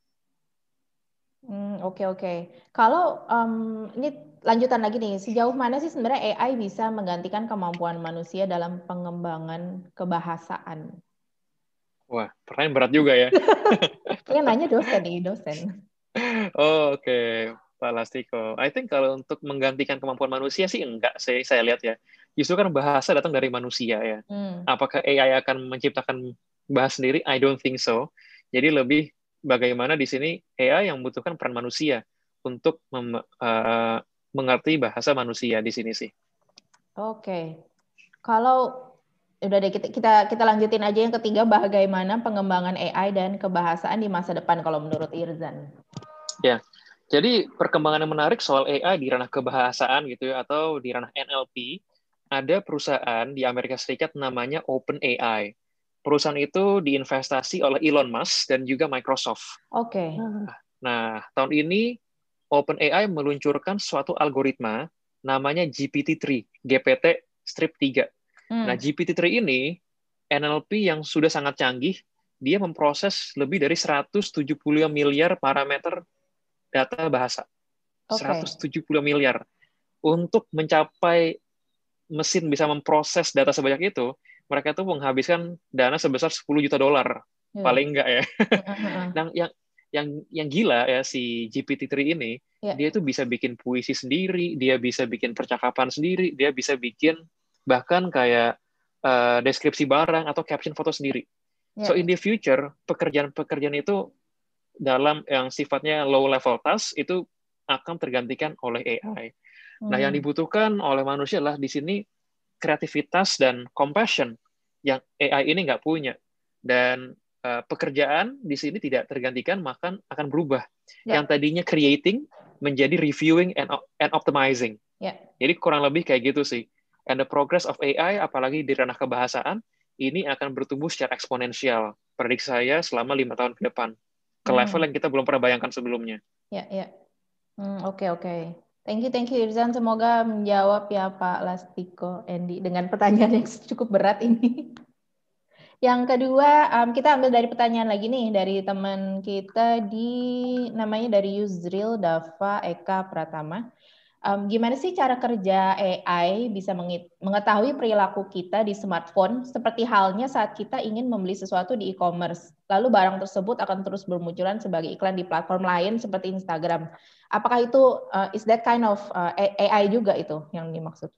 Oke, hmm, oke. Okay, okay. Kalau um, ini lanjutan lagi nih, sejauh mana sih sebenarnya A I bisa menggantikan kemampuan manusia dalam pengembangan kebahasaan? Wah, pertanyaan berat juga ya. Yang nanya dosen nih, dosen. Oh, oke. Okay. Pak Lastiko. I think kalau untuk menggantikan kemampuan manusia sih enggak sih saya lihat ya. Justru kan bahasa datang dari manusia ya. Hmm. Apakah A I akan menciptakan bahasa sendiri? I don't think so. Jadi lebih bagaimana di sini A I yang membutuhkan peran manusia untuk mem, uh, mengerti bahasa manusia di sini sih. Oke. Okay. Kalau Udah deh, kita, kita kita lanjutin aja yang ketiga, bagaimana pengembangan A I dan kebahasaan di masa depan kalau menurut Irzan. Ya, jadi perkembangan yang menarik soal A I di ranah kebahasaan gitu ya, atau di ranah N L P, ada perusahaan di Amerika Serikat namanya OpenAI. Perusahaan itu diinvestasi oleh Elon Musk dan juga Microsoft. Oke. Okay. Nah, nah, tahun ini OpenAI meluncurkan suatu algoritma namanya G P T tiga, G P T tiga. Hmm. Nah, G P T tiga ini N L P yang sudah sangat canggih, dia memproses lebih dari seratus tujuh puluh miliar parameter data bahasa. Okay. seratus tujuh puluh miliar. Untuk mencapai mesin bisa memproses data sebanyak itu, mereka tuh menghabiskan dana sebesar sepuluh juta dolar. Yeah. Paling enggak ya. Nah, yang yang yang gila ya si G P T tiga ini, yeah. dia tuh bisa bikin puisi sendiri, dia bisa bikin percakapan sendiri, dia bisa bikin bahkan kayak uh, deskripsi barang atau caption foto sendiri. Yeah. So in the future, pekerjaan-pekerjaan itu dalam yang sifatnya low level task itu akan tergantikan oleh A I. Hmm. Nah, yang dibutuhkan oleh manusia adalah di sini kreativitas dan compassion yang A I ini nggak punya. Dan uh, pekerjaan di sini tidak tergantikan, maka akan berubah. Yeah. Yang tadinya creating menjadi reviewing and, and optimizing. Yeah. Jadi kurang lebih kayak gitu sih. And the progress of A I, apalagi di ranah kebahasaan, ini akan bertumbuh secara eksponensial. Prediksi saya selama lima tahun ke depan. Ke hmm. level yang kita belum pernah bayangkan sebelumnya. Ya, ya. Hmm, oke, oke. Thank you, thank you Irzan. Semoga menjawab ya Pak Lastiko, Andy, dengan pertanyaan yang cukup berat ini. Yang kedua, um, kita ambil dari pertanyaan lagi nih, dari teman kita di, namanya dari Yusril Dava Eka Pratama. Um, gimana sih cara kerja A I bisa mengetahui perilaku kita di smartphone, seperti halnya saat kita ingin membeli sesuatu di e-commerce, lalu barang tersebut akan terus bermunculan sebagai iklan di platform lain seperti Instagram. Apakah itu, uh, is that kind of uh, A I juga itu yang dimaksud?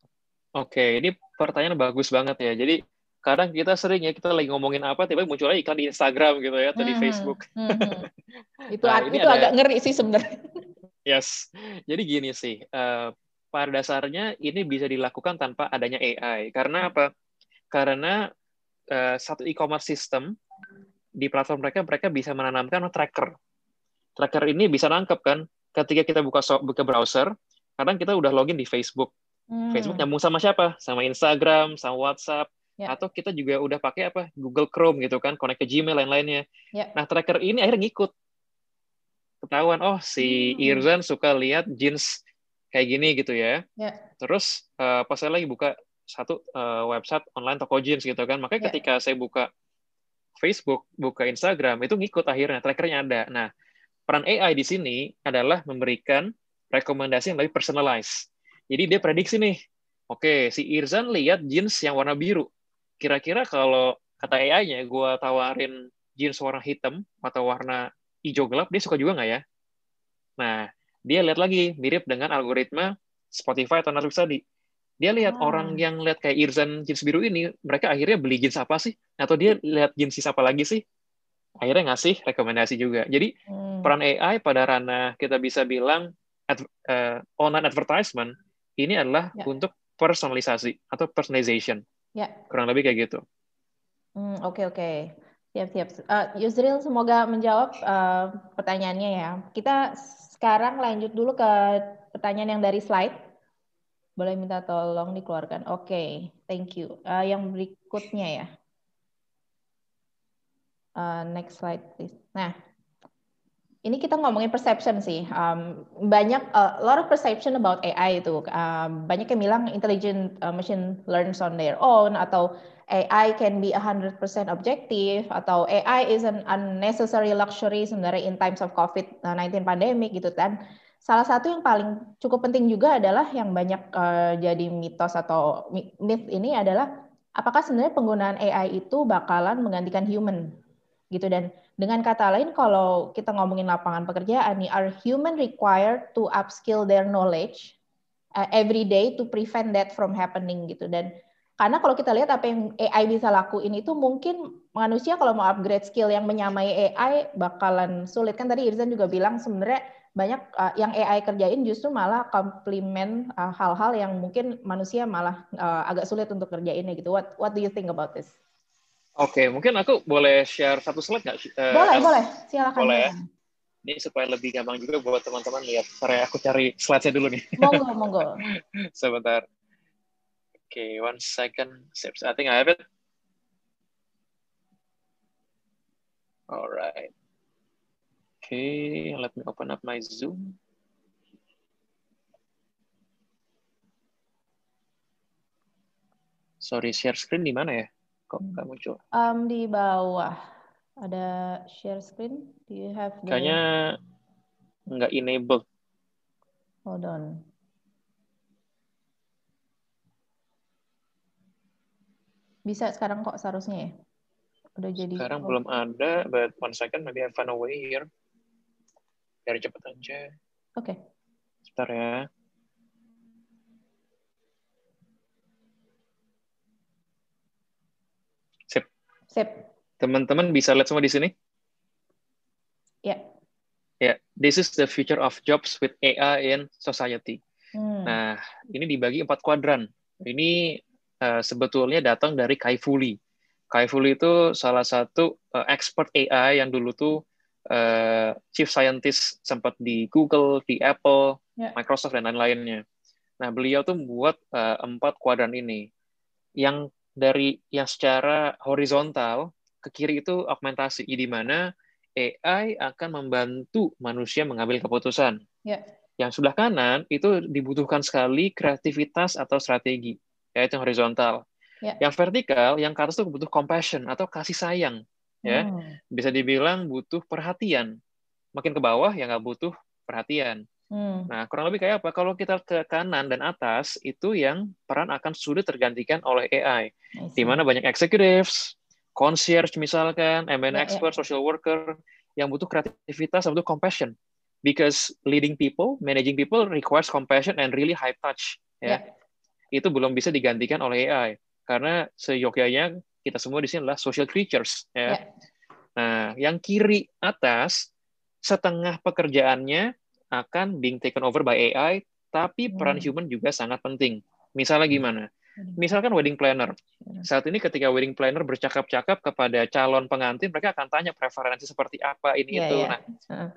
Oke, ini pertanyaan bagus banget ya. Jadi kadang kita sering ya, kita lagi ngomongin apa, tiba-tiba munculnya iklan di Instagram gitu ya, atau di Hmm, Facebook. hmm. Itu, Nah, itu ada, agak ngeri sih sebenarnya. Yes, jadi gini sih, uh, pada dasarnya ini bisa dilakukan tanpa adanya A I. Karena apa? Karena uh, satu e-commerce system di platform mereka, mereka bisa menanamkan tracker. Tracker ini bisa nangkep kan, ketika kita buka buka browser, kadang kita udah login di Facebook. Hmm. Facebook nyambung sama siapa? Sama Instagram, sama WhatsApp, yeah. atau kita juga udah pakai apa? Google Chrome gitu kan, connect ke Gmail lain-lainnya. Yeah. Nah, tracker ini akhirnya ngikut. Ketahuan, oh si hmm. Irzan suka lihat jeans kayak gini gitu ya. Yeah. Terus uh, pas saya lagi buka satu uh, website online toko jeans gitu kan, makanya yeah. ketika saya buka Facebook, buka Instagram, itu ngikut akhirnya, trackernya ada. Nah, peran A I di sini adalah memberikan rekomendasi yang lebih personalized. Jadi dia prediksi nih, oke okay, si Irzan lihat jeans yang warna biru. Kira-kira kalau kata A I-nya, gue tawarin jeans warna hitam atau warna hijau gelap, dia suka juga nggak ya? Nah, dia lihat lagi, mirip dengan algoritma Spotify atau Netflix tadi. Dia lihat ah. orang yang lihat kayak Irzan jeans biru ini, mereka akhirnya beli jeans apa sih? Atau dia lihat jeans apa lagi sih? Akhirnya ngasih rekomendasi juga. Jadi, hmm. peran A I pada ranah kita bisa bilang ad, uh, online advertisement, ini adalah ya. untuk personalisasi atau personalization. Ya. Kurang lebih kayak gitu. Oke, hmm, oke. Okay, okay. Siap-siap. Uh, Yusril, semoga menjawab uh, pertanyaannya ya. Kita sekarang lanjut dulu ke pertanyaan yang dari slide. Boleh minta tolong dikeluarkan. Oke, okay, thank you. Uh, yang berikutnya ya. Uh, next slide, please. Nah, ini kita ngomongin perception sih. Um, banyak, a uh, lot of perception about A I itu. Um, banyak yang bilang intelligent uh, machine learns on their own, atau A I can be one hundred percent objective, atau A I is an unnecessary luxury sebenarnya in times of COVID nineteen pandemic gitu kan. Salah satu yang paling cukup penting juga adalah yang banyak uh, jadi mitos atau myth ini adalah apakah sebenarnya penggunaan A I itu bakalan menggantikan human gitu. Dan dengan kata lain, kalau kita ngomongin lapangan pekerjaan nih, are human required to upskill their knowledge uh, every day to prevent that from happening gitu. Dan Karena kalau kita lihat apa yang A I bisa lakuin itu mungkin manusia kalau mau upgrade skill yang menyamai A I bakalan sulit. Kan tadi Irzan juga bilang sebenarnya banyak uh, yang A I kerjain justru malah komplement uh, hal-hal yang mungkin manusia malah uh, agak sulit untuk kerjainnya gitu. What What do you think about this? Oke, okay, mungkin aku boleh share satu slide nggak? Uh, boleh, El? boleh. Silakan. Boleh. silakan. Ini supaya lebih gampang juga buat teman-teman lihat. Ntar aku cari slide-nya dulu nih. Monggo, monggo. Sebentar. Oke, okay, one second. I think I have it. Alright. Okay, let me open up my Zoom. Sorry, share screen di mana ya? Kok nggak muncul? Um, di bawah ada share screen. Do you have the... Kayaknya nggak enable. Hold on. Bisa sekarang kok seharusnya ya? Udah jadi. Sekarang oh. belum ada, but one second, maybe I find a way here. Biar cepet aja. Oke. Okay. Sebentar ya. Sip. Sip. Teman-teman bisa lihat semua di sini? Ya. Yeah. Ya, yeah. This is the future of jobs with A I in society. Hmm. Nah, ini dibagi empat kuadran. Ini uh, sebetulnya datang dari Kai Fu Lee. Kai Fu Lee itu salah satu uh, expert A I yang dulu tuh uh, chief scientist sempat di Google, di Apple, yeah. Microsoft, dan lain-lainnya. Nah, beliau tuh membuat uh, empat kuadran ini. Yang dari yang secara horizontal ke kiri itu augmentasi, di mana A I akan membantu manusia mengambil keputusan. Yeah. Yang sebelah kanan itu dibutuhkan sekali kreativitas atau strategi, yaitu yang horizontal. Yeah. Yang vertikal, yang ke atas itu butuh compassion atau kasih sayang. Ya, hmm. Bisa dibilang butuh perhatian. Makin ke bawah ya nggak butuh perhatian. Hmm. Nah, kurang lebih kayak apa? Kalau kita ke kanan dan atas, itu yang peran akan sulit tergantikan oleh A I. Di mana banyak executives, concierge misalkan, M and A yeah, expert, yeah. social worker, yang butuh kreativitas, butuh compassion. Because leading people, managing people requires compassion and really high touch. Ya, yeah. Itu belum bisa digantikan oleh A I. Karena seyogyanya kita semua di sini adalah social creatures. Ya. Yeah. Nah, yang kiri atas, setengah pekerjaannya akan being taken over by A I, tapi peran hmm. human juga sangat penting. Misalnya gimana? Misalkan wedding planner. Saat ini ketika wedding planner bercakap-cakap kepada calon pengantin, mereka akan tanya preferensi seperti apa, ini yeah, itu. Yeah. Nah, uh.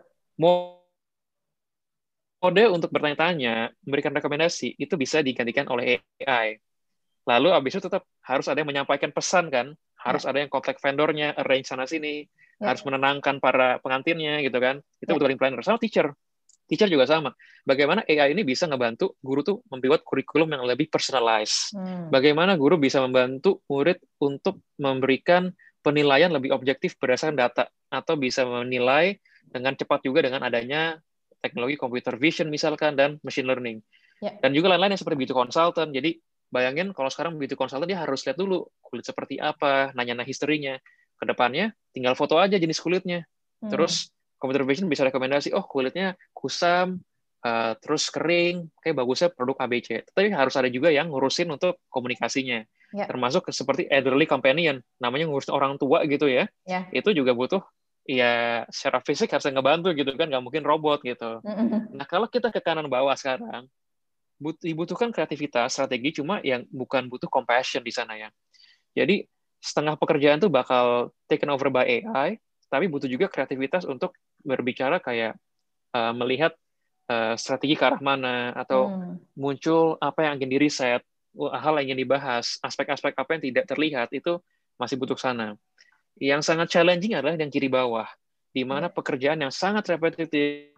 mode untuk bertanya-tanya, memberikan rekomendasi, itu bisa digantikan oleh A I. Lalu habis itu tetap harus ada yang menyampaikan pesan kan, harus yeah. ada yang kontak vendornya, arrange sana-sini, yeah. harus menenangkan para pengantinnya gitu kan. Itu yeah. butuh wedding planner. Sama teacher. Teacher juga sama. Bagaimana A I ini bisa ngebantu guru tuh membuat kurikulum yang lebih personalized. Hmm. Bagaimana guru bisa membantu murid untuk memberikan penilaian lebih objektif berdasarkan data. Atau bisa menilai dengan cepat juga dengan adanya teknologi computer vision misalkan dan machine learning. Yeah. Dan juga lain-lain yang seperti beauty consultant. Jadi bayangin kalau sekarang beauty consultant dia harus lihat dulu kulit seperti apa, nanya-nanya historinya. Kedepannya tinggal foto aja jenis kulitnya. Hmm. Terus computer vision bisa rekomendasi, oh kulitnya kusam, uh, terus kering, kayak bagusnya produk A B C. Tapi harus ada juga yang ngurusin untuk komunikasinya. Yeah. Termasuk seperti elderly companion, namanya ngurusin orang tua gitu ya. Yeah. Itu juga butuh, ya secara fisik harus ngebantu gitu kan, nggak mungkin robot gitu. Mm-hmm. Nah kalau kita ke kanan bawah sekarang, but- dibutuhkan kreativitas, strategi, cuma yang bukan butuh compassion di sana ya. Jadi setengah pekerjaan tuh bakal taken over by A I, tapi butuh juga kreativitas untuk berbicara kayak uh, melihat uh, strategi ke arah mana, atau hmm. muncul apa yang ingin di-riset, hal yang ingin dibahas, aspek-aspek apa yang tidak terlihat, itu masih butuh sana. Yang sangat challenging adalah yang kiri bawah, di mana yeah. pekerjaan yang sangat repetitif,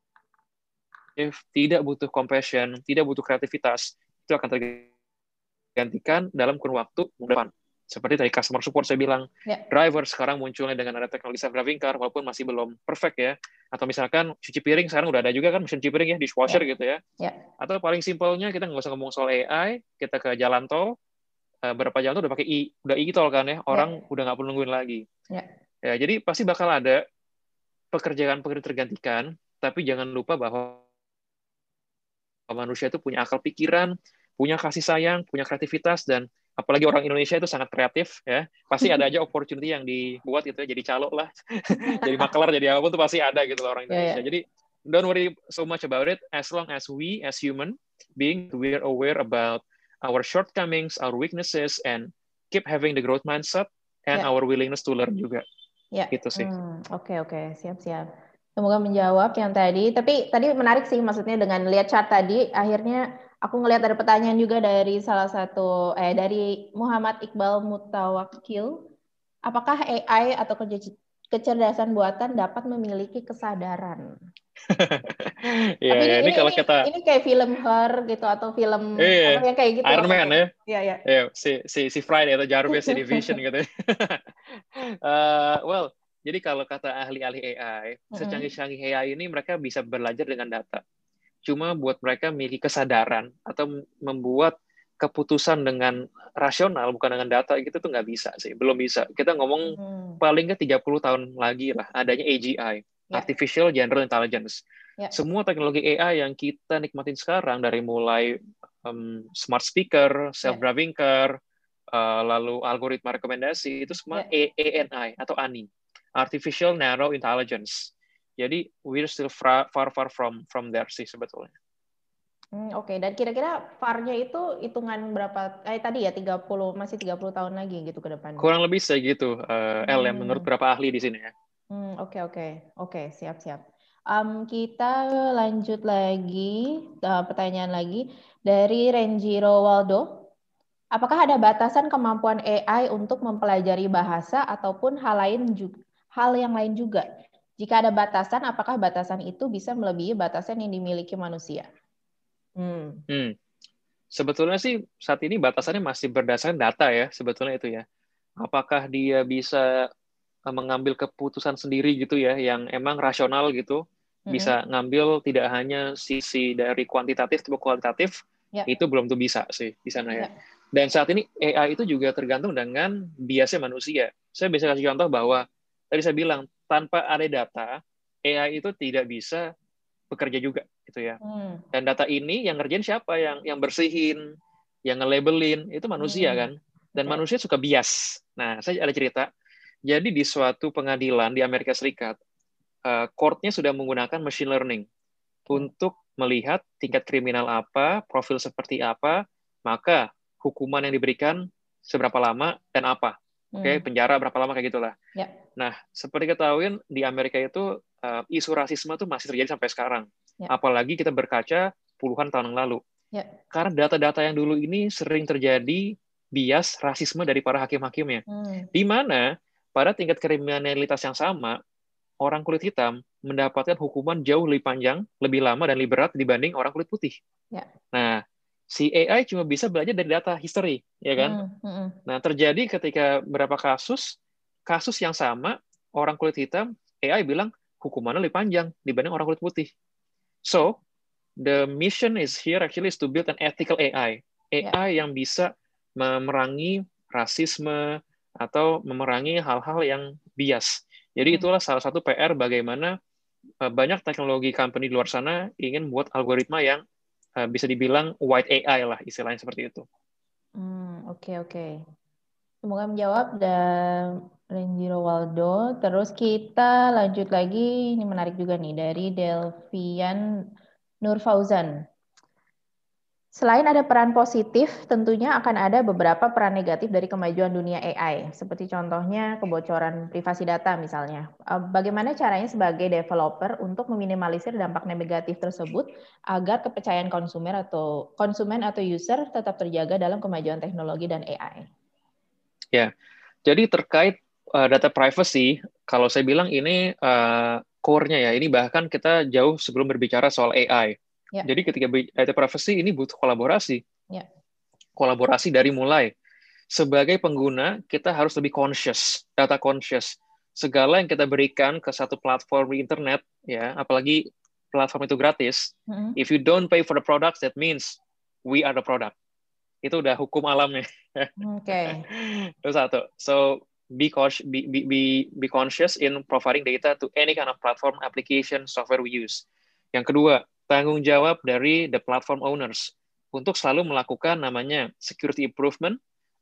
tidak butuh compassion, tidak butuh kreativitas, itu akan tergantikan dalam kurun waktu depan. Seperti dari customer support saya bilang, yeah. driver sekarang munculnya dengan ada teknologi self-driving car, walaupun masih belum perfect ya. Atau misalkan cuci piring, sekarang udah ada juga kan mesin cuci piring ya, dishwasher yeah. gitu ya. Yeah. Atau paling simpelnya, kita nggak usah ngomong soal A I, kita ke jalan tol, berapa jalan tol udah pakai i, udah e-tol kan ya, orang yeah. udah nggak perlu nungguin lagi. Yeah. Ya, jadi pasti bakal ada pekerjaan-pekerjaan tergantikan, tapi jangan lupa bahwa manusia itu punya akal pikiran, punya kasih sayang, punya kreativitas, dan apalagi orang Indonesia itu sangat kreatif ya, pasti ada aja opportunity yang dibuat gitu ya, jadi calo lah, jadi makelar, jadi apapun tuh pasti ada gitu loh orang Indonesia. Yeah, yeah. Jadi don't worry so much about it, as long as we as human being we're aware about our shortcomings, our weaknesses, and keep having the growth mindset and yeah. our willingness to learn juga. Ya, gitu sih. Hmm, oke oke, siap-siap. Semoga menjawab yang tadi. Tapi tadi menarik sih, maksudnya dengan lihat chart tadi, akhirnya aku ngelihat ada pertanyaan juga dari salah satu, eh dari Muhammad Iqbal Mutawakil. Apakah A I atau kecerdasan buatan dapat memiliki kesadaran? ya, Tapi ini, ya, ini, ini, kalau ini, kata ini kayak film Her gitu, atau film eh, apa yang kayak gitu. Iron Man ya. Iya, iya. Ya, si, si, si Friday atau Jarvis di Vision gitu. uh, well, jadi kalau kata ahli-ahli A I, mm-hmm. secanggih-canggih A I ini mereka bisa belajar dengan data. Cuma buat mereka memiliki kesadaran atau membuat keputusan dengan rasional, bukan dengan data, gitu tuh nggak bisa sih. Belum bisa. Kita ngomong hmm. paling nggak tiga puluh tahun lagi lah, adanya A G I, yeah. Artificial General Intelligence. Yeah. Semua teknologi A I yang kita nikmatin sekarang, dari mulai um, smart speaker, self-driving yeah. car, uh, lalu algoritma rekomendasi, itu semua yeah. A N I atau A N I. Artificial Narrow Intelligence. Jadi we're still far far, far from from there sih sebetulnya. Hmm, Oke, okay. Dan kira-kira F A R-nya itu hitungan berapa? Eh tadi ya tiga puluh, masih tiga puluh tahun lagi gitu ke depan. Kurang lebih segitu, uh, hmm. L ya, menurut beberapa ahli di sini ya. Hmm, Oke oke oke, siap-siap. Um, kita lanjut lagi, uh, pertanyaan lagi dari Renjiro Waldo. Apakah ada batasan kemampuan A I untuk mempelajari bahasa ataupun hal lain juga? Hal yang lain juga. Jika ada batasan, apakah batasan itu bisa melebihi batasan yang dimiliki manusia? Hmm. Hmm. Sebetulnya sih saat ini batasannya masih berdasarkan data ya, sebetulnya itu ya. Apakah dia bisa mengambil keputusan sendiri gitu ya, yang emang rasional gitu, mm-hmm. bisa ngambil tidak hanya sisi dari kuantitatif tapi kualitatif, yeah. itu belum tuh bisa sih di sana ya. Yeah. Dan saat ini A I itu juga tergantung dengan biasnya manusia. Saya bisa kasih contoh bahwa tadi saya bilang, tanpa ada data, A I itu tidak bisa bekerja juga, gitu ya. Hmm. Dan data ini yang ngerjain siapa? Yang yang bersihin, yang nge-labelin, itu manusia hmm. kan. Dan okay. manusia suka bias. Nah, saya ada cerita. Jadi di suatu pengadilan di Amerika Serikat, uh, court-nya sudah menggunakan machine learning okay. untuk melihat tingkat kriminal apa, profil seperti apa, maka hukuman yang diberikan seberapa lama dan apa. Oke, okay? hmm. penjara berapa lama kayak gitulah. Yeah. Nah, seperti ketahuin di Amerika itu uh, isu rasisme itu masih terjadi sampai sekarang. Yeah. Apalagi kita berkaca puluhan tahun yang lalu. Yeah. Karena data-data yang dulu ini sering terjadi bias rasisme dari para hakim-hakimnya. Hmm. Di mana pada tingkat kriminalitas yang sama, orang kulit hitam mendapatkan hukuman jauh lebih panjang, lebih lama dan lebih berat dibanding orang kulit putih. Yeah. Nah, si A I cuma bisa belajar dari data history, ya kan? Mm, mm, nah, terjadi ketika beberapa kasus, kasus yang sama, orang kulit hitam, A I bilang hukumannya lebih panjang dibanding orang kulit putih. So, the mission is here actually is to build an ethical A I. A I yeah. yang bisa memerangi rasisme atau memerangi hal-hal yang bias. Jadi mm. itulah salah satu P R bagaimana banyak teknologi company di luar sana ingin buat algoritma yang bisa dibilang white A I lah, istilahnya seperti itu. Hmm, oke, oke. Semoga menjawab dan Renjiro Waldo. Terus kita lanjut lagi, ini menarik juga nih, dari Delvian Nur Fauzan. Selain ada peran positif, tentunya akan ada beberapa peran negatif dari kemajuan dunia A I, seperti contohnya kebocoran privasi data misalnya. Bagaimana caranya sebagai developer untuk meminimalisir dampak negatif tersebut agar kepercayaan konsumen atau konsumen atau user tetap terjaga dalam kemajuan teknologi dan A I? Ya, jadi terkait uh, data privacy, kalau saya bilang ini uh, core-nya ya, ini bahkan kita jauh sebelum berbicara soal A I. Ya. Jadi ketika data privacy ini butuh kolaborasi. Ya. Kolaborasi dari mulai sebagai pengguna kita harus lebih conscious, data conscious. Segala yang kita berikan ke satu platform di internet, ya, apalagi platform itu gratis. Mm-hmm. If you don't pay for the products, that means we are the product. Itu udah hukum alamnya. Oke. Okay. Itu satu. So be cautious, be, be, be, be conscious in providing data to any kind of platform, application, software we use. Yang kedua, tanggung jawab dari the platform owners untuk selalu melakukan namanya security improvement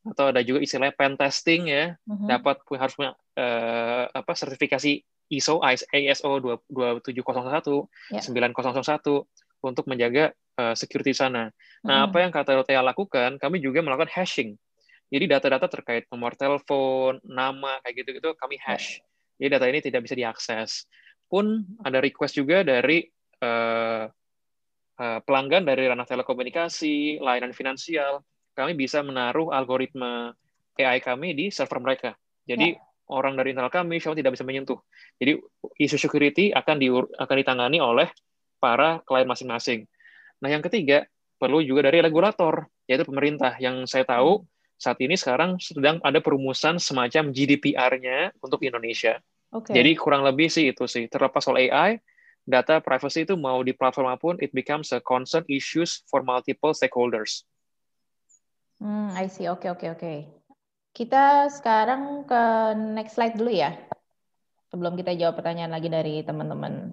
atau ada juga istilahnya pen testing ya, Mhm. dapat harus punya uh, apa sertifikasi I S O I S O dua tujuh nol satu, Ya. sembilan nol satu untuk menjaga uh, security sana. Nah, Mhm. apa yang Kata Dorothea lakukan, kami juga melakukan hashing. Jadi data-data terkait nomor telepon, nama, kayak gitu-gitu kami hash. Jadi data ini tidak bisa diakses. Pun ada request juga dari uh, uh, pelanggan dari ranah telekomunikasi, layanan finansial, kami bisa menaruh algoritma A I kami di server mereka. Jadi Ya. orang dari internal kami siapa tidak bisa menyentuh. Jadi isu security akan di akan ditangani oleh para klien masing-masing. Nah, yang ketiga perlu juga dari regulator, yaitu pemerintah. Yang saya tahu saat ini sekarang sedang ada perumusan semacam G D P R-nya untuk Indonesia. Oke. Jadi kurang lebih sih itu sih. Terlepas soal A I, data privacy itu mau di platform apapun, it becomes a concern issues for multiple stakeholders. Hmm, I see. Oke, oke, oke. Kita sekarang ke next slide dulu ya. Sebelum kita jawab pertanyaan lagi dari teman-teman.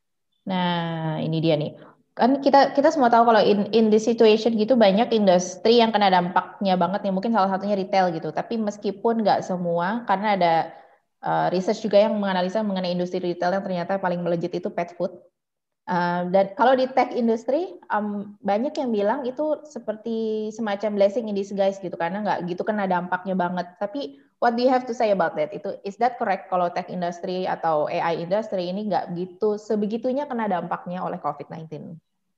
Nah, ini dia nih. Kan kita kita semua tahu kalau in in this situation gitu banyak industri yang kena dampaknya banget nih. Mungkin salah satunya retail gitu. Tapi meskipun nggak semua, karena ada uh, research juga yang menganalisa mengenai industri retail yang ternyata paling melejit itu pet food. Uh, dan kalau di tech industry um, banyak yang bilang itu seperti semacam blessing in disguise gitu karena nggak gitu kena dampaknya banget. Tapi what do you have to say about that? Itu is that correct kalau tech industry atau A I industry ini nggak gitu sebegitunya kena dampaknya oleh covid sembilan belas?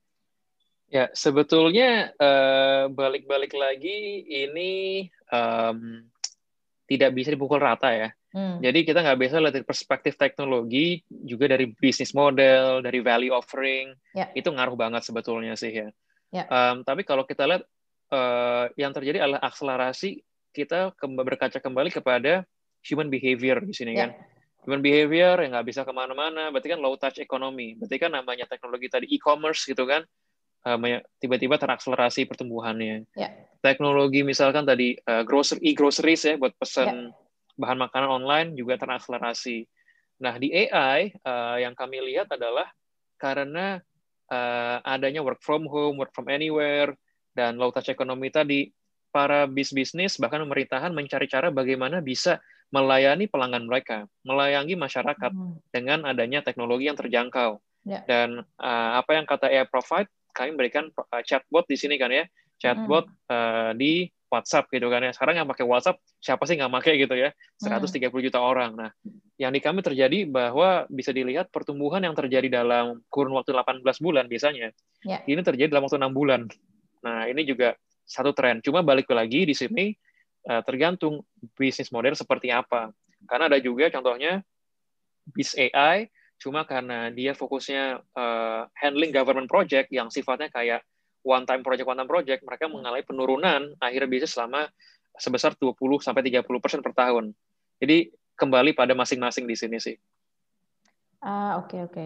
Ya, sebetulnya uh, balik-balik lagi ini um, tidak bisa dipukul rata ya. Hmm. Jadi kita nggak bisa lihat dari perspektif teknologi, juga dari bisnis model, dari value offering, yeah. Itu ngaruh banget sebetulnya sih ya. Yeah. Um, tapi kalau kita lihat uh, yang terjadi adalah akselerasi kita berkaca kembali kepada human behavior di sini yeah. kan. Human behavior yang nggak bisa kemana-mana, berarti kan low touch economy. Berarti kan namanya teknologi tadi e-commerce gitu kan, uh, tiba-tiba terakselerasi pertumbuhannya. Yeah. Teknologi misalkan tadi uh, grocery, e-groceries ya buat pesan yeah. bahan makanan online juga terakselerasi. Nah, di A I uh, yang kami lihat adalah karena uh, adanya work from home, work from anywhere, dan low touch economy tadi, para bisnis bahkan pemerintahan mencari cara bagaimana bisa melayani pelanggan mereka, melayani masyarakat hmm. dengan adanya teknologi yang terjangkau. Yeah. Dan uh, apa yang kata A I provide, kami berikan uh, chatbot di sini kan ya, chatbot hmm. uh, di WhatsApp gitu kan ya. Sekarang yang pakai WhatsApp, siapa sih nggak pakai gitu ya? seratus tiga puluh juta orang. Nah, yang di kami terjadi bahwa bisa dilihat pertumbuhan yang terjadi dalam kurun waktu delapan belas bulan biasanya, yeah. ini terjadi dalam waktu enam bulan. Nah, ini juga satu tren. Cuma balik lagi di sini, uh, tergantung bisnis model seperti apa. Karena ada juga contohnya, bis A I, cuma karena dia fokusnya uh, handling government project yang sifatnya kayak one time project, one time project, mereka mengalami penurunan akhir bisnis selama sebesar dua puluh sampai tiga puluh persen per tahun. Jadi kembali pada masing-masing di sini sih. Ah, oke okay, oke. Okay.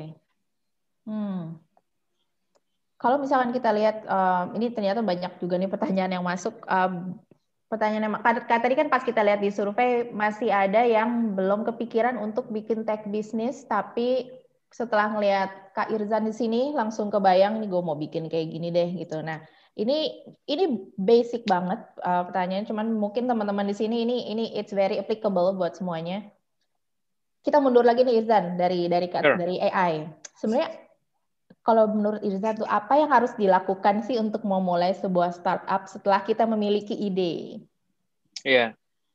Hmm. Kalau misalkan kita lihat um, ini ternyata banyak juga nih pertanyaan yang masuk. Um, pertanyaan yang tadi kan pas kita lihat di survei masih ada yang belum kepikiran untuk bikin tech bisnis, tapi setelah ngelihat Kak Irzan di sini langsung kebayang nih gue mau bikin kayak gini deh gitu. Nah ini ini basic banget uh, pertanyaan, cuman mungkin teman-teman di sini ini ini it's very applicable buat semuanya. Kita mundur lagi nih Irzan dari dari sure. dari A I. Sebenarnya kalau menurut Irzan tuh apa yang harus dilakukan sih untuk memulai sebuah startup setelah kita memiliki ide? Iya,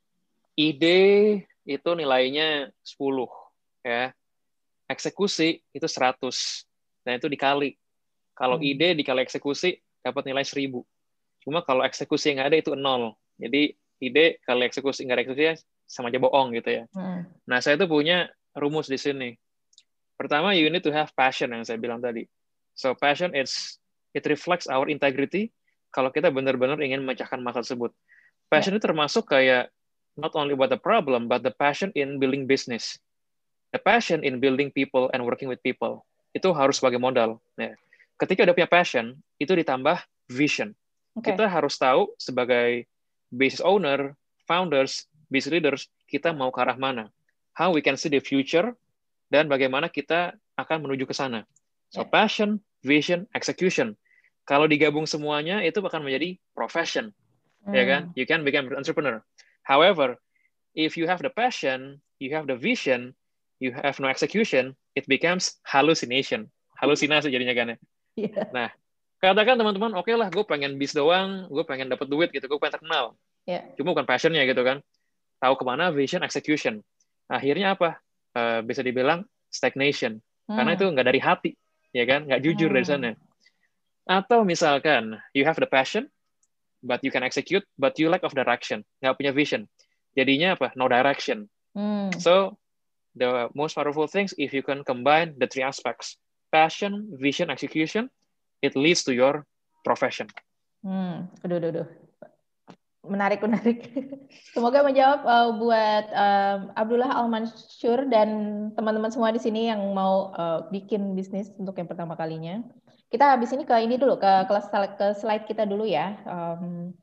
ide itu nilainya sepuluh ya. Eksekusi itu seratus, dan itu dikali. Kalau hmm. ide dikali eksekusi, dapat nilai seribu. Cuma kalau eksekusi yang ada itu nol. Jadi ide kali eksekusi, nggak ada eksekusi, sama aja bohong gitu ya. Hmm. Nah, saya tuh punya rumus di sini. Pertama, you need to have passion, yang saya bilang tadi. So, passion, it's, it reflects our integrity, kalau kita benar-benar ingin memecahkan masalah tersebut. Passion yeah. itu termasuk kayak, not only about the problem, but the passion in building business. The passion in building people and working with people. Itu harus sebagai modal. Ya. Ketika udah punya passion, itu ditambah vision. Okay. Kita harus tahu sebagai business owner, founders, business leaders, kita mau ke arah mana. How we can see the future, dan bagaimana kita akan menuju ke sana. So, yeah. passion, vision, execution. Kalau digabung semuanya, itu akan menjadi profession. hmm. ya kan? You can become an entrepreneur. However, if you have the passion, you have the vision, you have no execution, it becomes hallucination. Halusinasi jadinya kan ya. Yeah. Nah, katakan teman-teman, oke okay lah, gue pengen bis doang, gue pengen dapat duit gitu, gue pengen terkenal. Yeah. Cuma bukan passionnya gitu kan. Tahu kemana, vision, execution. Akhirnya apa? Uh, bisa dibilang stagnation. Hmm. Karena itu nggak dari hati, ya kan? Nggak jujur hmm. dari sana. Atau misalkan, you have the passion, but you can execute, but you lack of direction. Nggak punya vision. Jadinya apa? No direction. Hmm. So, the most powerful things, if you can combine the three aspects, passion, vision, execution, it leads to your profession. Hmm, aduh, aduh, aduh. Menarik, menarik. Semoga menjawab uh, buat uh, Abdullah Al-Mansur dan teman-teman semua di sini yang mau uh, bikin bisnis untuk yang pertama kalinya. Kita habis ini ke ini dulu, ke kelas ke slide kita dulu ya. Um,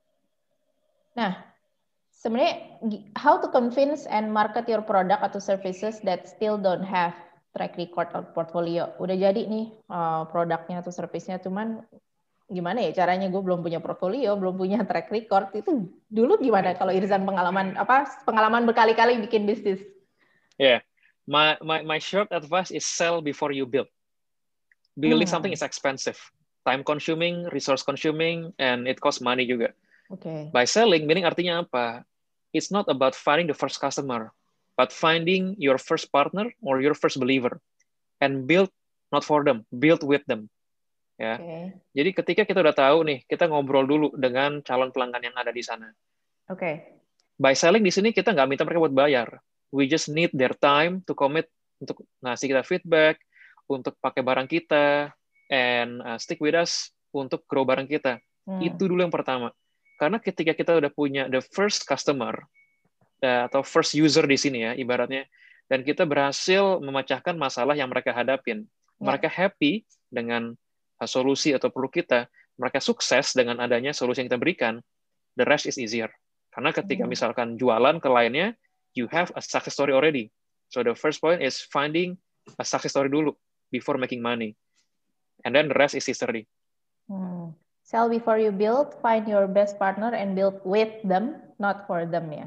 nah, sebenarnya how to convince and market your product atau services that still don't have track record or portfolio. Udah jadi nih uh, produknya atau servicenya, cuman gimana ya caranya, gue belum punya portfolio, belum punya track record. Itu dulu gimana kalau Irzan pengalaman apa pengalaman berkali-kali bikin bisnis? Yeah, my my my short advice is sell before you build. Building hmm. something is expensive, time consuming, resource consuming, and it costs money juga. Okay. By selling, meaning artinya apa? It's not about finding the first customer, but finding your first partner or your first believer, and build not for them, build with them. Ya. Okay. Jadi ketika kita udah tahu nih, kita ngobrol dulu dengan calon pelanggan yang ada di sana. Oke. Okay. By selling di sini kita nggak minta mereka buat bayar. We just need their time to commit untuk ngasih kita feedback, untuk pakai barang kita, and uh, stick with us untuk grow barang kita. Hmm. Itu dulu yang pertama. Karena ketika kita udah punya the first customer uh, atau first user di sini ya ibaratnya, dan kita berhasil memecahkan masalah yang mereka hadapin, yeah. mereka happy dengan solusi atau produk kita, mereka sukses dengan adanya solusi yang kita berikan, the rest is easier. Karena ketika misalkan jualan ke lainnya, you have a success story already. So the first point is finding a success story dulu before making money. And then the rest is history. Hmm. Sell before you build, find your best partner and build with them, not for them ya.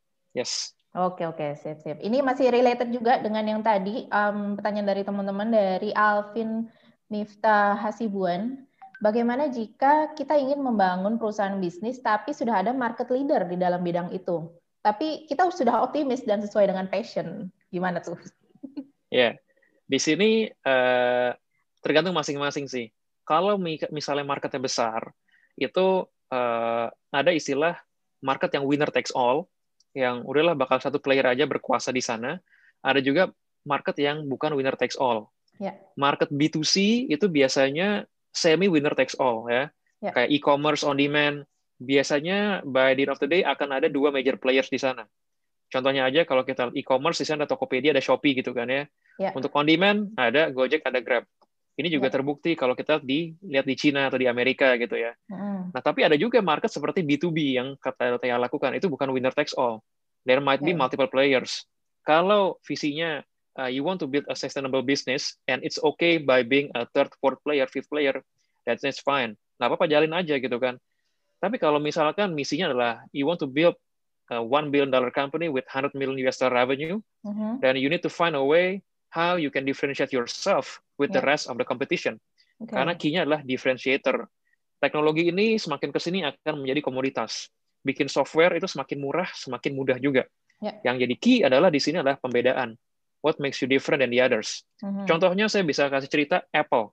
Yes. Oke, oke, sip, sip. Ini masih related juga dengan yang tadi, um, pertanyaan dari teman-teman dari Alvin Miftah Hasibuan, bagaimana jika kita ingin membangun perusahaan bisnis tapi sudah ada market leader di dalam bidang itu, tapi kita sudah optimis dan sesuai dengan passion, gimana tuh? Ya, yeah. Di sini uh, tergantung masing-masing sih. Kalau misalnya marketnya besar, itu uh, ada istilah market yang winner takes all, yang udahlah bakal satu player aja berkuasa di sana. Ada juga market yang bukan winner takes all. Yeah. Market B two C itu biasanya semi winner takes all ya. Yeah. Kayak e-commerce on demand, biasanya by the end of the day akan ada dua major players di sana. Contohnya aja kalau kita e-commerce di sana ada Tokopedia, ada Shopee gitu kan ya. Yeah. Untuk on demand ada Gojek, ada Grab. Ini juga yeah. terbukti kalau kita dilihat di Cina atau di Amerika gitu ya. Mm. Nah, tapi ada juga market seperti B two B yang kata Tia lakukan, itu bukan winner takes all. There might be yeah. multiple players. Kalau visinya Uh, you want to build a sustainable business, and it's okay by being a third, fourth player, fifth player, that's fine. Nggak apa-apa, jalin aja gitu kan. Tapi kalau misalkan misinya adalah you want to build a one billion dollar company with one hundred million U S dollar revenue, mm-hmm. then you need to find a way how you can differentiate yourself with yeah. the rest of the competition. Okay. Karena key-nya adalah differentiator. Teknologi ini semakin kesini akan menjadi komoditas. Bikin software itu semakin murah, semakin mudah juga. Yeah. Yang jadi key adalah di sini adalah pembedaan. What makes you different than the others? Mm-hmm. Contohnya saya bisa kasih cerita Apple.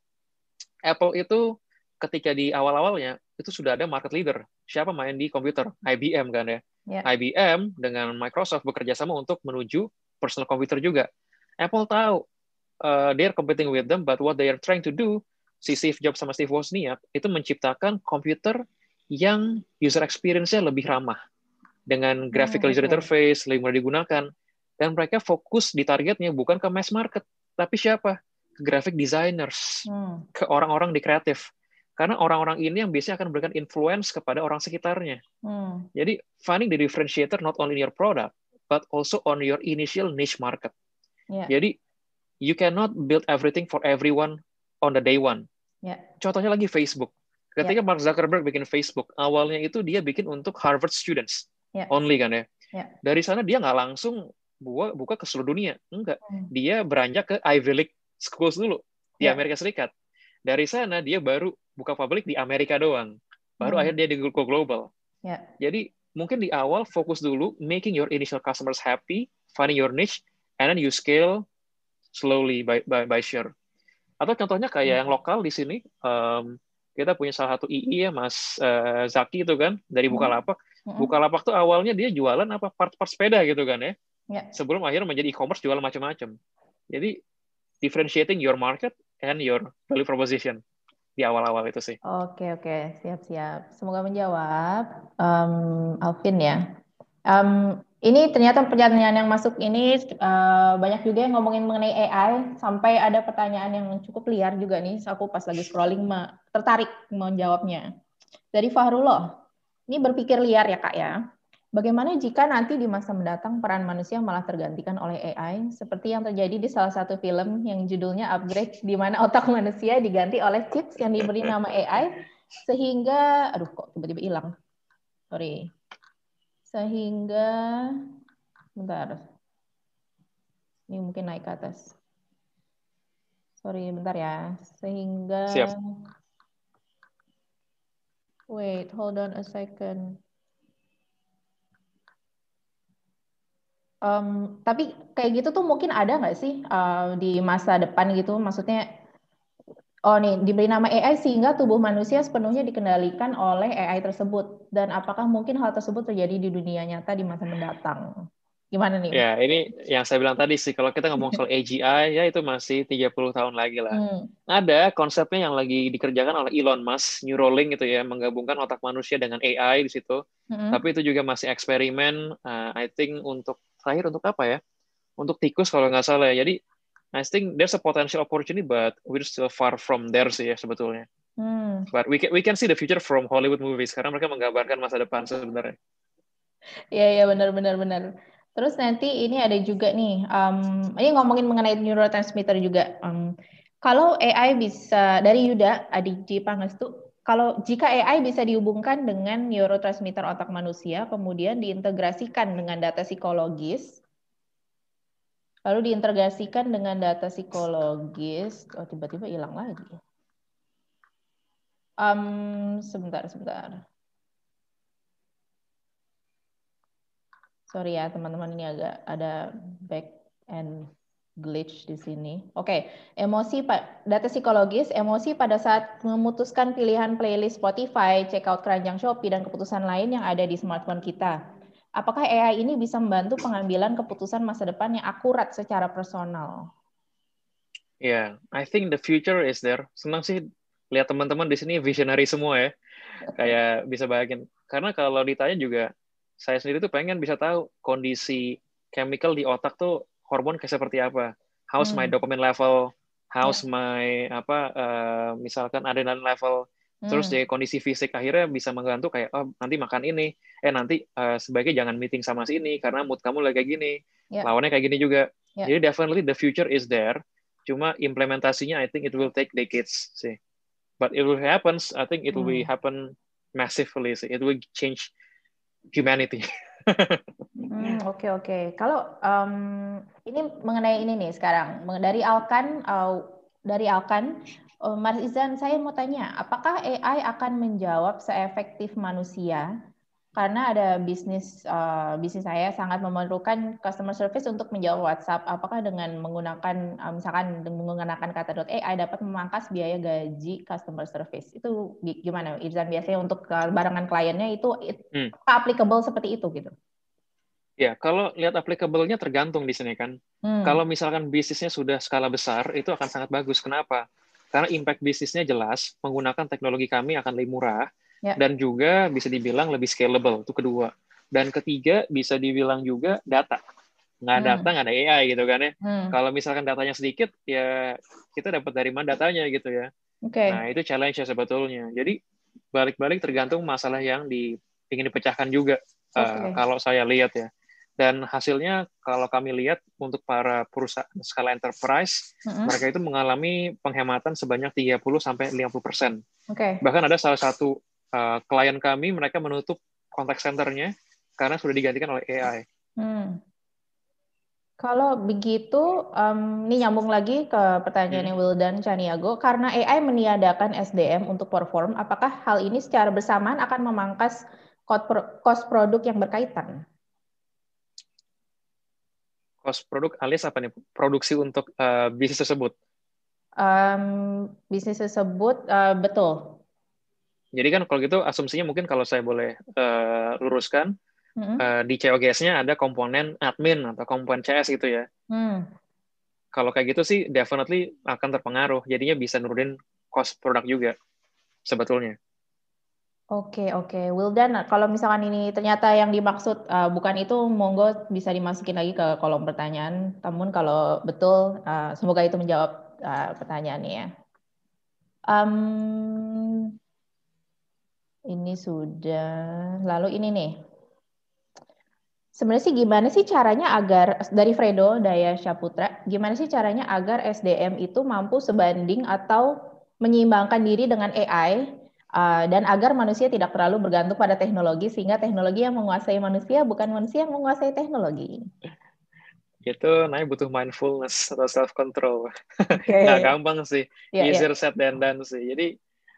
Apple itu ketika di awal-awalnya itu sudah ada market leader. Siapa main di komputer? I B M kan ya. Yeah. I B M dengan Microsoft bekerja sama untuk menuju personal computer juga. Apple tahu uh, they're competing with them, but what they are trying to do, si Steve Jobs sama Steve Wozniak itu menciptakan komputer yang user experience-nya lebih ramah dengan graphical mm, user okay. interface, lebih mudah digunakan. Dan mereka fokus di targetnya bukan ke mass market, tapi siapa? Ke graphic designers, hmm. ke orang-orang di kreatif. Karena orang-orang ini yang biasanya akan memberikan influence kepada orang sekitarnya. Hmm. Jadi, finding the differentiator not only in your product, but also on your initial niche market. Yeah. Jadi, you cannot build everything for everyone on the day one. Yeah. Contohnya lagi Facebook. Ketika Yeah. Mark Zuckerberg bikin Facebook, awalnya itu dia bikin untuk Harvard students Yeah. only kan ya. Yeah. Dari sana dia nggak langsung buka, buka ke seluruh dunia, enggak. Hmm. Dia beranjak ke Ivy League schools dulu di Yeah. Amerika Serikat. Dari sana dia baru buka publik di Amerika doang. Baru Hmm. akhirnya dia di go global. Yeah. Jadi mungkin di awal fokus dulu making your initial customers happy, finding your niche, and then you scale slowly by by, by share. Atau contohnya kayak yang lokal di sini, um, kita punya salah satu I I ya, Mas uh, Zaki itu kan, dari Bukalapak. Mm-hmm. Bukalapak tuh awalnya dia jualan apa part-part sepeda gitu kan ya. Yeah. Sebelum akhirnya menjadi e-commerce jualan macam-macam. Jadi differentiating your market and your value proposition di awal-awal itu sih. Oke oke siap-siap. Semoga menjawab, um, Alvin ya. Um, ini ternyata pertanyaan yang masuk ini uh, banyak juga yang ngomongin mengenai A I, sampai ada pertanyaan yang cukup liar juga nih. Aku pas lagi scrolling tertarik menjawabnya. Dari Fahrullah, ini berpikir liar ya Kak ya. Bagaimana jika nanti di masa mendatang peran manusia malah tergantikan oleh A I, seperti yang terjadi di salah satu film yang judulnya Upgrade, di mana otak manusia diganti oleh chips yang diberi nama A I, sehingga, aduh kok tiba-tiba hilang, sorry. Sehingga, bentar, ini mungkin naik ke atas. Sorry, bentar ya. Sehingga, Siap. wait, hold on a second. Um, tapi kayak gitu tuh mungkin ada nggak sih uh, di masa depan gitu? Maksudnya, oh nih, diberi nama A I sehingga tubuh manusia sepenuhnya dikendalikan oleh A I tersebut. Dan apakah mungkin hal tersebut terjadi di dunia nyata di masa mendatang? Gimana nih? Ya, ini yang saya bilang tadi sih, kalau kita ngomong soal A G I, ya itu masih tiga puluh tahun lagi lah. Hmm. Ada konsepnya yang lagi dikerjakan oleh Elon Musk, Neuralink gitu ya, menggabungkan otak manusia dengan A I di situ. Hmm. Tapi itu juga masih eksperimen, uh, I think untuk, terakhir untuk apa ya? Untuk tikus kalau nggak salah ya. Jadi, I think there's a potential opportunity, but we're still far from there sih ya sebetulnya. Hmm. But we can, we can see the future from Hollywood movies, karena mereka menggambarkan masa depan sebenarnya. Iya, iya benar-benar benar. Terus nanti ini ada juga nih, um, ini ngomongin mengenai neurotransmitter juga. Um, kalau A I bisa, dari Yuda, adik J Pangestu, kalau jika A I bisa dihubungkan dengan neurotransmitter otak manusia, kemudian diintegrasikan dengan data psikologis, lalu diintegrasikan dengan data psikologis, oh tiba-tiba hilang lagi. Um, sebentar, sebentar. Sorry ya teman-teman, ini agak ada back and glitch di sini. Oke, okay. Emosi data psikologis, emosi pada saat memutuskan pilihan playlist Spotify, checkout keranjang Shopee dan keputusan lain yang ada di smartphone kita. Apakah A I ini bisa membantu pengambilan keputusan masa depan yang akurat secara personal? Ya, yeah, I think the future is there. Senang sih lihat teman-teman di sini visionary semua ya. Kayak bisa bayangin. Karena kalau ditanya juga, saya sendiri tuh pengen bisa tahu kondisi chemical di otak tuh hormon kayak seperti apa. How's hmm. my dopamine level, how's yeah. my apa uh, misalkan adrenalin level, hmm. terus dari kondisi fisik akhirnya bisa menggantung kayak oh nanti makan ini, eh nanti uh, sebaiknya jangan meeting sama si ini karena mood kamu lagi kayak gini, yeah. lawannya kayak gini juga. Yeah. Jadi definitely the future is there. Cuma implementasinya I think it will take decades sih. But it will happen, I think it will hmm. be happen massively sih. It will change humanity. hmm, oke okay, oke. Okay. Kalau um, ini mengenai ini nih sekarang dari Alkan, uh, dari Alkan, uh, Mas Izan, saya mau tanya, apakah A I akan menjawab seefektif manusia? Karena ada bisnis uh, bisnis saya sangat memerlukan customer service untuk menjawab WhatsApp. Apakah dengan menggunakan uh, misalkan menggunakan kata .ai dapat memangkas biaya gaji customer service? Itu gimana Irzan, biasanya untuk barengan kliennya itu hmm. applicable seperti itu gitu? Ya, kalau lihat applicable-nya tergantung di sini kan. Hmm. Kalau misalkan bisnisnya sudah skala besar, itu akan sangat bagus. Kenapa? Karena impact bisnisnya jelas, menggunakan teknologi kami akan lebih murah. Ya. Dan juga bisa dibilang lebih scalable, itu kedua. Dan ketiga, bisa dibilang juga data. Nggak hmm. data, nggak ada A I gitu kan ya. Hmm. Kalau misalkan datanya sedikit, ya kita dapat dari mana datanya gitu ya. Okay. Nah, itu challenge-nya sebetulnya. Jadi, balik-balik tergantung masalah yang di, ingin dipecahkan juga. Okay. Uh, kalau saya lihat ya. Dan hasilnya kalau kami lihat untuk para perusahaan skala enterprise, Mm-hmm. mereka itu mengalami penghematan sebanyak tiga puluh sampai lima puluh persen. Oke. Bahkan ada salah satu uh, klien kami, mereka menutup contact center-nya karena sudah digantikan oleh A I. Hmm. Kalau begitu, um, ini nyambung lagi ke pertanyaannya Hmm. Wildan Caniago, karena A I meniadakan S D M untuk perform, apakah hal ini secara bersamaan akan memangkas cost produk yang berkaitan? Cost produk alias apa nih? Produksi untuk uh, bisnis tersebut. Um, bisnis tersebut, uh, betul. Jadi kan kalau gitu asumsinya mungkin kalau saya boleh uh, luruskan, Mm-hmm. uh, di C O G S-nya ada komponen admin atau komponen C S gitu ya. Hmm. Kalau kayak gitu sih definitely akan terpengaruh. Jadinya bisa nurunin cost produk juga sebetulnya. Oke, oke. Wildan, kalau misalkan ini ternyata yang dimaksud uh, bukan itu, monggo bisa dimasukin lagi ke kolom pertanyaan. Namun kalau betul, uh, semoga itu menjawab uh, pertanyaannya ya. Um, ini sudah. Lalu ini nih. Sebenarnya sih gimana sih caranya agar, dari Fredo Daya Syaputra, gimana sih caranya agar S D M itu mampu sebanding atau menyeimbangkan diri dengan A I, Uh, dan agar manusia tidak terlalu bergantung pada teknologi sehingga teknologi yang menguasai manusia bukan manusia yang menguasai teknologi. Itu namanya butuh mindfulness atau self control. Okay. Nggak gampang sih, yeah, easier yeah. said than done sih. Jadi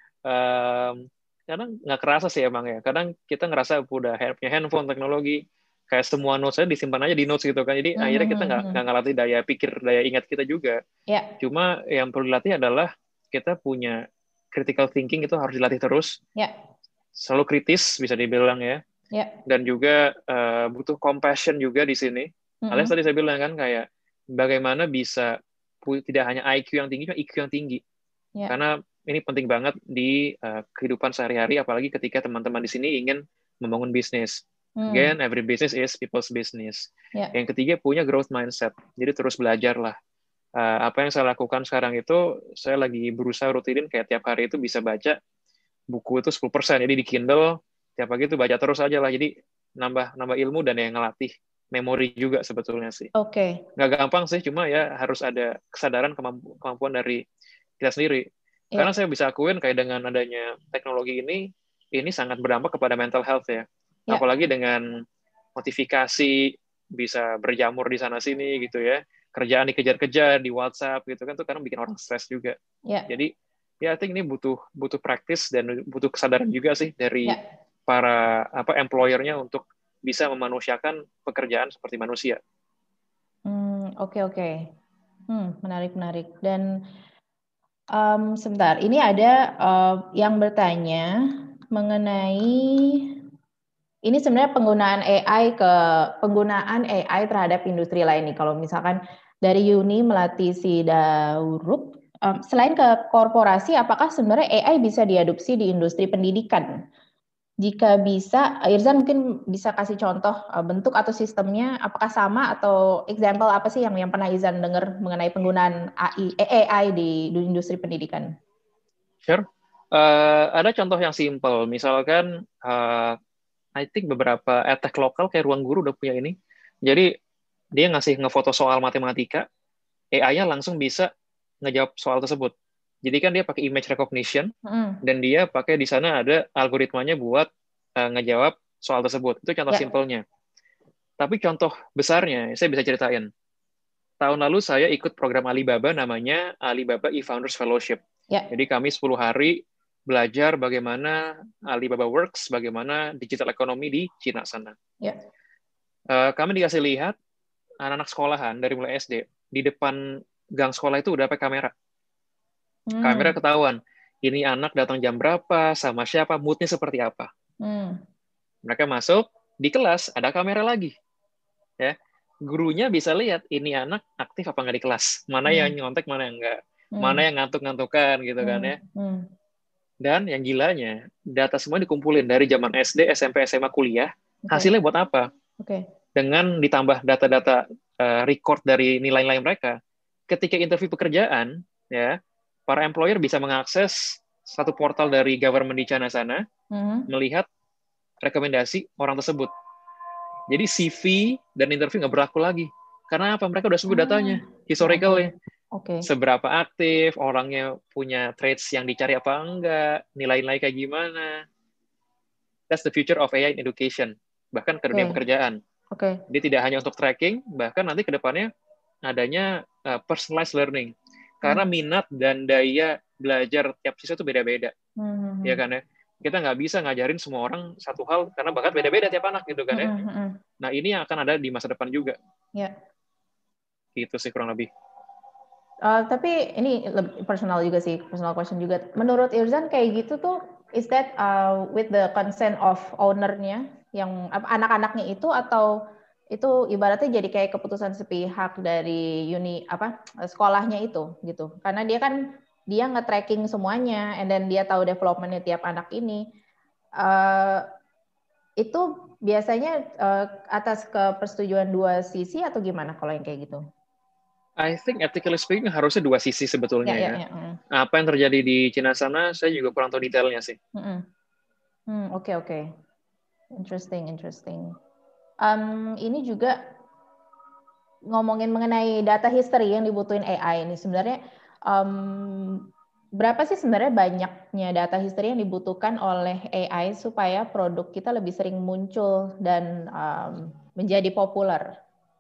um, kadang nggak kerasa sih emang ya. Kadang kita ngerasa udah punya handphone teknologi, kayak semua notes saya disimpan aja di notes gitu kan. Jadi mm-hmm. akhirnya kita nggak nggak ngelatih daya pikir, daya ingat kita juga. Yeah. Cuma yang perlu dilatih adalah kita punya critical thinking, itu harus dilatih terus. Yeah. Selalu kritis bisa dibilang ya. Yeah. Dan juga uh, butuh compassion juga di sini. Mm-hmm. Alias tadi saya bilang kan kayak bagaimana bisa tidak hanya I Q yang tinggi, cuma I Q yang tinggi. Yeah. Karena ini penting banget di uh, kehidupan sehari-hari, apalagi ketika teman-teman di sini ingin membangun bisnis. Mm. Again, every business is people's business. Yeah. Yang ketiga, punya growth mindset. Jadi terus belajar lah. Uh, apa yang saya lakukan sekarang itu, saya lagi berusaha rutinin kayak tiap hari itu bisa baca buku itu sepuluh persen. Jadi di Kindle, tiap pagi itu baca terus aja lah. Jadi nambah nambah ilmu dan yang ngelatih memori juga sebetulnya sih. Oke. Okay. Nggak gampang sih, cuma ya harus ada kesadaran kemampu, kemampuan dari kita sendiri. Yeah. Karena saya bisa akuin kayak dengan adanya teknologi ini, ini sangat berdampak kepada mental health ya. Yeah. Apalagi dengan notifikasi, bisa berjamur di sana-sini gitu ya. Kerjaan dikejar-kejar di WhatsApp gitu kan, tuh kadang bikin orang stres juga. Yeah. Jadi ya, I think ini butuh butuh praktis dan butuh kesadaran juga sih dari yeah. para apa employer-nya untuk bisa memanusiakan pekerjaan seperti manusia. Hmm, oke okay, oke. Okay. Hmm, menarik menarik. Dan um, sebentar, ini ada uh, yang bertanya mengenai ini sebenarnya penggunaan A I ke penggunaan A I terhadap industri lain nih. Kalau misalkan dari Yuni Melati Sidahurup, um, selain ke korporasi, apakah sebenarnya A I bisa diadopsi di industri pendidikan? Jika bisa, Irzan mungkin bisa kasih contoh uh, bentuk atau sistemnya, apakah sama atau example apa sih yang yang pernah Irzan dengar mengenai penggunaan A I, A I di, di industri pendidikan? Sure. Uh, ada contoh yang simple, misalkan uh, I think beberapa edtech lokal kayak Ruang Guru udah punya ini. Jadi dia ngasih ngefoto soal matematika, A I-nya langsung bisa ngejawab soal tersebut. Jadi kan dia pakai image recognition, mm. dan dia pakai di sana ada algoritmanya buat uh, ngejawab soal tersebut. Itu contoh yeah. simpelnya. Tapi contoh besarnya, saya bisa ceritain. Tahun lalu saya ikut program Alibaba namanya Alibaba E-Founders Fellowship. Yeah. Jadi kami sepuluh hari belajar bagaimana Alibaba works, bagaimana digital ekonomi di Cina sana. Yeah. Uh, kami dikasih lihat anak-anak sekolahan dari mulai S D, di depan gang sekolah itu udah pakai kamera. Hmm. Kamera ketahuan, ini anak datang jam berapa, sama siapa, moodnya seperti apa. Hmm. Mereka masuk, di kelas ada kamera lagi. Ya, gurunya bisa lihat, ini anak aktif apa nggak di kelas, mana hmm. yang nyontek, mana yang nggak, hmm. mana yang ngantuk-ngantukan gitu hmm. kan ya. Hmm. Dan yang gilanya, data semua dikumpulin dari zaman S D, S M P, S M A, kuliah. Okay. Hasilnya buat apa? Okay. Dengan ditambah data-data uh, record dari nilai-nilai mereka, ketika interview pekerjaan, ya, para employer bisa mengakses satu portal dari government di China sana, mm-hmm. melihat rekomendasi orang tersebut. Jadi C V dan interview nggak berlaku lagi. Karena apa? Mereka udah sebut Ah, datanya, ya historicalnya. Oke. Seberapa aktif, orangnya punya traits yang dicari apa enggak, nilai-nilai kayak gimana. That's the future of A I in education. Bahkan ke dunia Oke. pekerjaan. Oke. Jadi tidak hanya untuk tracking, bahkan nanti ke depannya adanya uh, personalized learning. Karena Hmm. minat dan daya belajar tiap siswa itu beda-beda. Hmm. Ya kan ya? Kita nggak bisa ngajarin semua orang satu hal karena bakat beda-beda tiap anak gitu kan ya. Hmm. Hmm. Nah, ini yang akan ada di masa depan juga. Ya. Gitu sih kurang lebih. Uh, tapi ini lebih personal juga sih, personal question juga. Menurut Irzan kayak gitu tuh, is that uh, with the consent of owner-nya, yang apa, anak-anaknya itu, atau itu ibaratnya jadi kayak keputusan sepihak dari uni apa sekolahnya itu gitu? Karena dia kan dia nge-tracking semuanya, and then dia tahu development-nya tiap anak ini. Uh, itu biasanya uh, atas kepersetujuan dua sisi atau gimana kalau yang kayak gitu? I think ethically speaking harusnya dua sisi sebetulnya Ya, ya. ya, ya. Mm. Apa yang terjadi di Cina sana, saya juga kurang tahu detailnya sih. Hmm, oke oke, interesting interesting. Um, ini juga ngomongin mengenai data history yang dibutuhin A I ini sebenarnya um, berapa sih sebenarnya banyaknya data history yang dibutuhkan oleh A I supaya produk kita lebih sering muncul dan um, menjadi populer?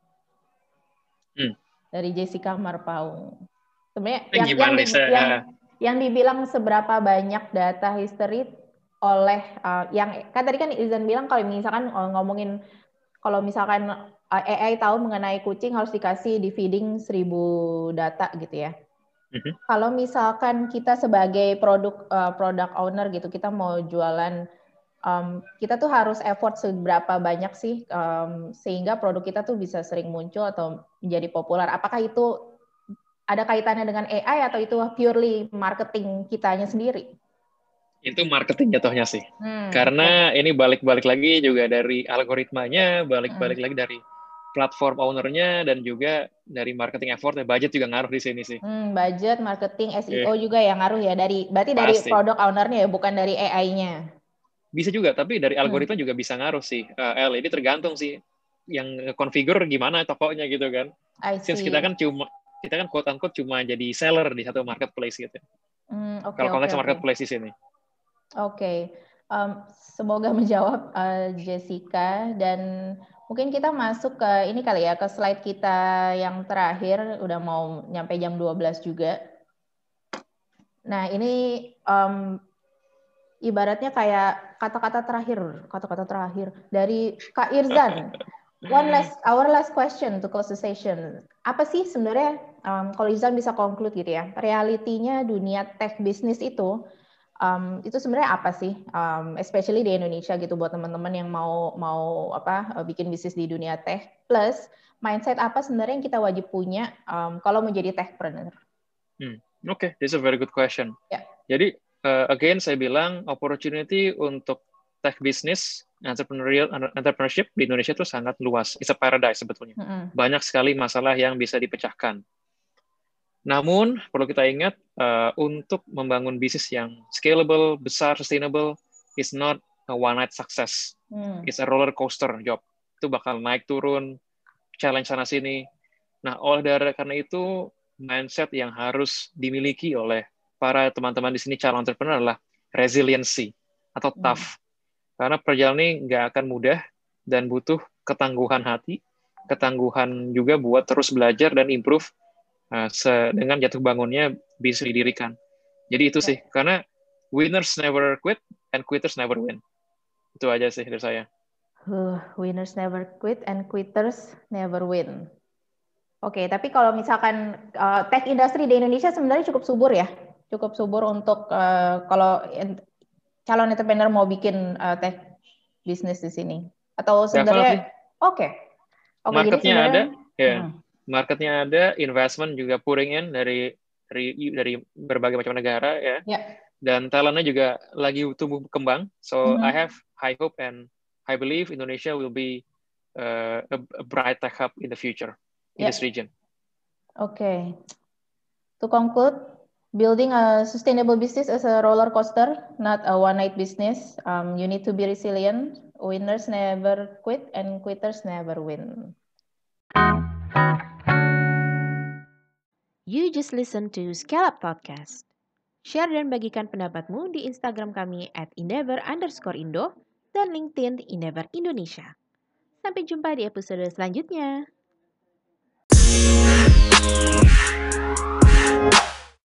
Hmm. Dari Jessica Marpaung. Sebenarnya yang yang, di, yang yang dibilang seberapa banyak data history oleh uh, yang kan tadi kan Irzan bilang kalau misalkan uh, ngomongin kalau misalkan uh, A I tahu mengenai kucing harus dikasih di feeding seribu data gitu ya. Mm-hmm. Kalau misalkan kita sebagai produk uh, product owner gitu, kita mau jualan, um, kita tuh harus effort seberapa banyak sih um, sehingga produk kita tuh bisa sering muncul atau menjadi populer. Apakah itu ada kaitannya dengan A I atau itu purely marketing kitanya sendiri? Itu marketing jatuhnya sih. Hmm, Karena okay. ini balik-balik lagi juga dari algoritmanya, balik-balik hmm. lagi dari platform owner-nya, dan juga dari marketing effort, budget juga ngaruh di sini sih. Hmm, budget, marketing, S E O yeah. juga yang ngaruh ya. Dari berarti Pasti. dari product owner-nya ya, bukan dari A I-nya. Bisa juga, tapi dari algoritma hmm. juga bisa ngaruh sih. Uh, L, ini tergantung sih yang configure gimana tokonya gitu kan. Since kita kan cuma kita kan quote unquote cuma jadi seller di satu marketplace gitu. Hmm, okay, Kalau konteks okay, marketplace okay. di sini. Oke, okay. um, semoga menjawab uh, Jessica, dan mungkin kita masuk ke ini kali ya, ke slide kita yang terakhir, udah mau nyampe jam dua belas juga. Nah ini um, ibaratnya kayak kata-kata terakhir, kata-kata terakhir dari Kak Irzan. One last, our last question to close the session. Apa sih sebenarnya, um, kalau Irzan bisa conclude gitu ya, realitinya dunia tech bisnis itu, um, itu sebenarnya apa sih, um, especially di Indonesia gitu, buat teman-teman yang mau mau apa bikin bisnis di dunia tech, plus mindset apa sebenarnya yang kita wajib punya um, kalau menjadi techpreneur? Hmm, Oke, okay. This is a very good question. Yeah. Jadi uh, again saya bilang opportunity untuk tech business, entrepreneurial entrepreneurship di Indonesia itu sangat luas. It's a paradise sebetulnya. Mm-hmm. Banyak sekali masalah yang bisa dipecahkan. Namun perlu kita ingat uh, untuk membangun bisnis yang scalable, besar, sustainable is not a one night success. Mm. It's a roller coaster job. Itu bakal naik turun, challenge sana sini. Nah, oleh karena itu mindset yang harus dimiliki oleh para teman-teman di sini calon entrepreneur adalah resiliency atau tough. Mm. Karena perjalanan ini nggak akan mudah dan butuh ketangguhan hati, ketangguhan juga buat terus belajar dan improve uh, dengan jatuh bangunnya bisa didirikan. Jadi itu sih, karena winners never quit and quitters never win. Itu aja sih dari saya. Uh, winners never quit and quitters never win. Oke, okay, tapi kalau misalkan uh, tech industry di Indonesia sebenarnya cukup subur ya, cukup subur untuk uh, kalau calon entrepreneur mau bikin uh, tech bisnis di sini, atau sebenarnya oke, okay. okay, marketnya jadi sebenarnya, ada, ya, hmm. marketnya ada, investment juga pouring in dari dari dari berbagai macam negara ya, yeah. dan talentnya juga lagi tumbuh kembang, so mm-hmm. I have high hope and I believe Indonesia will be uh, a, a bright tech hub in the future in yeah. this region. Oke, okay. To conclude, building a sustainable business is a roller coaster, not a one-night business. Um, you need to be resilient. Winners never quit and quitters never win. You just listen to Scale Up Podcast. Share dan bagikan pendapatmu di Instagram kami at endeavor underscore indo dan LinkedIn Endeavor Indonesia. Sampai jumpa di episode selanjutnya.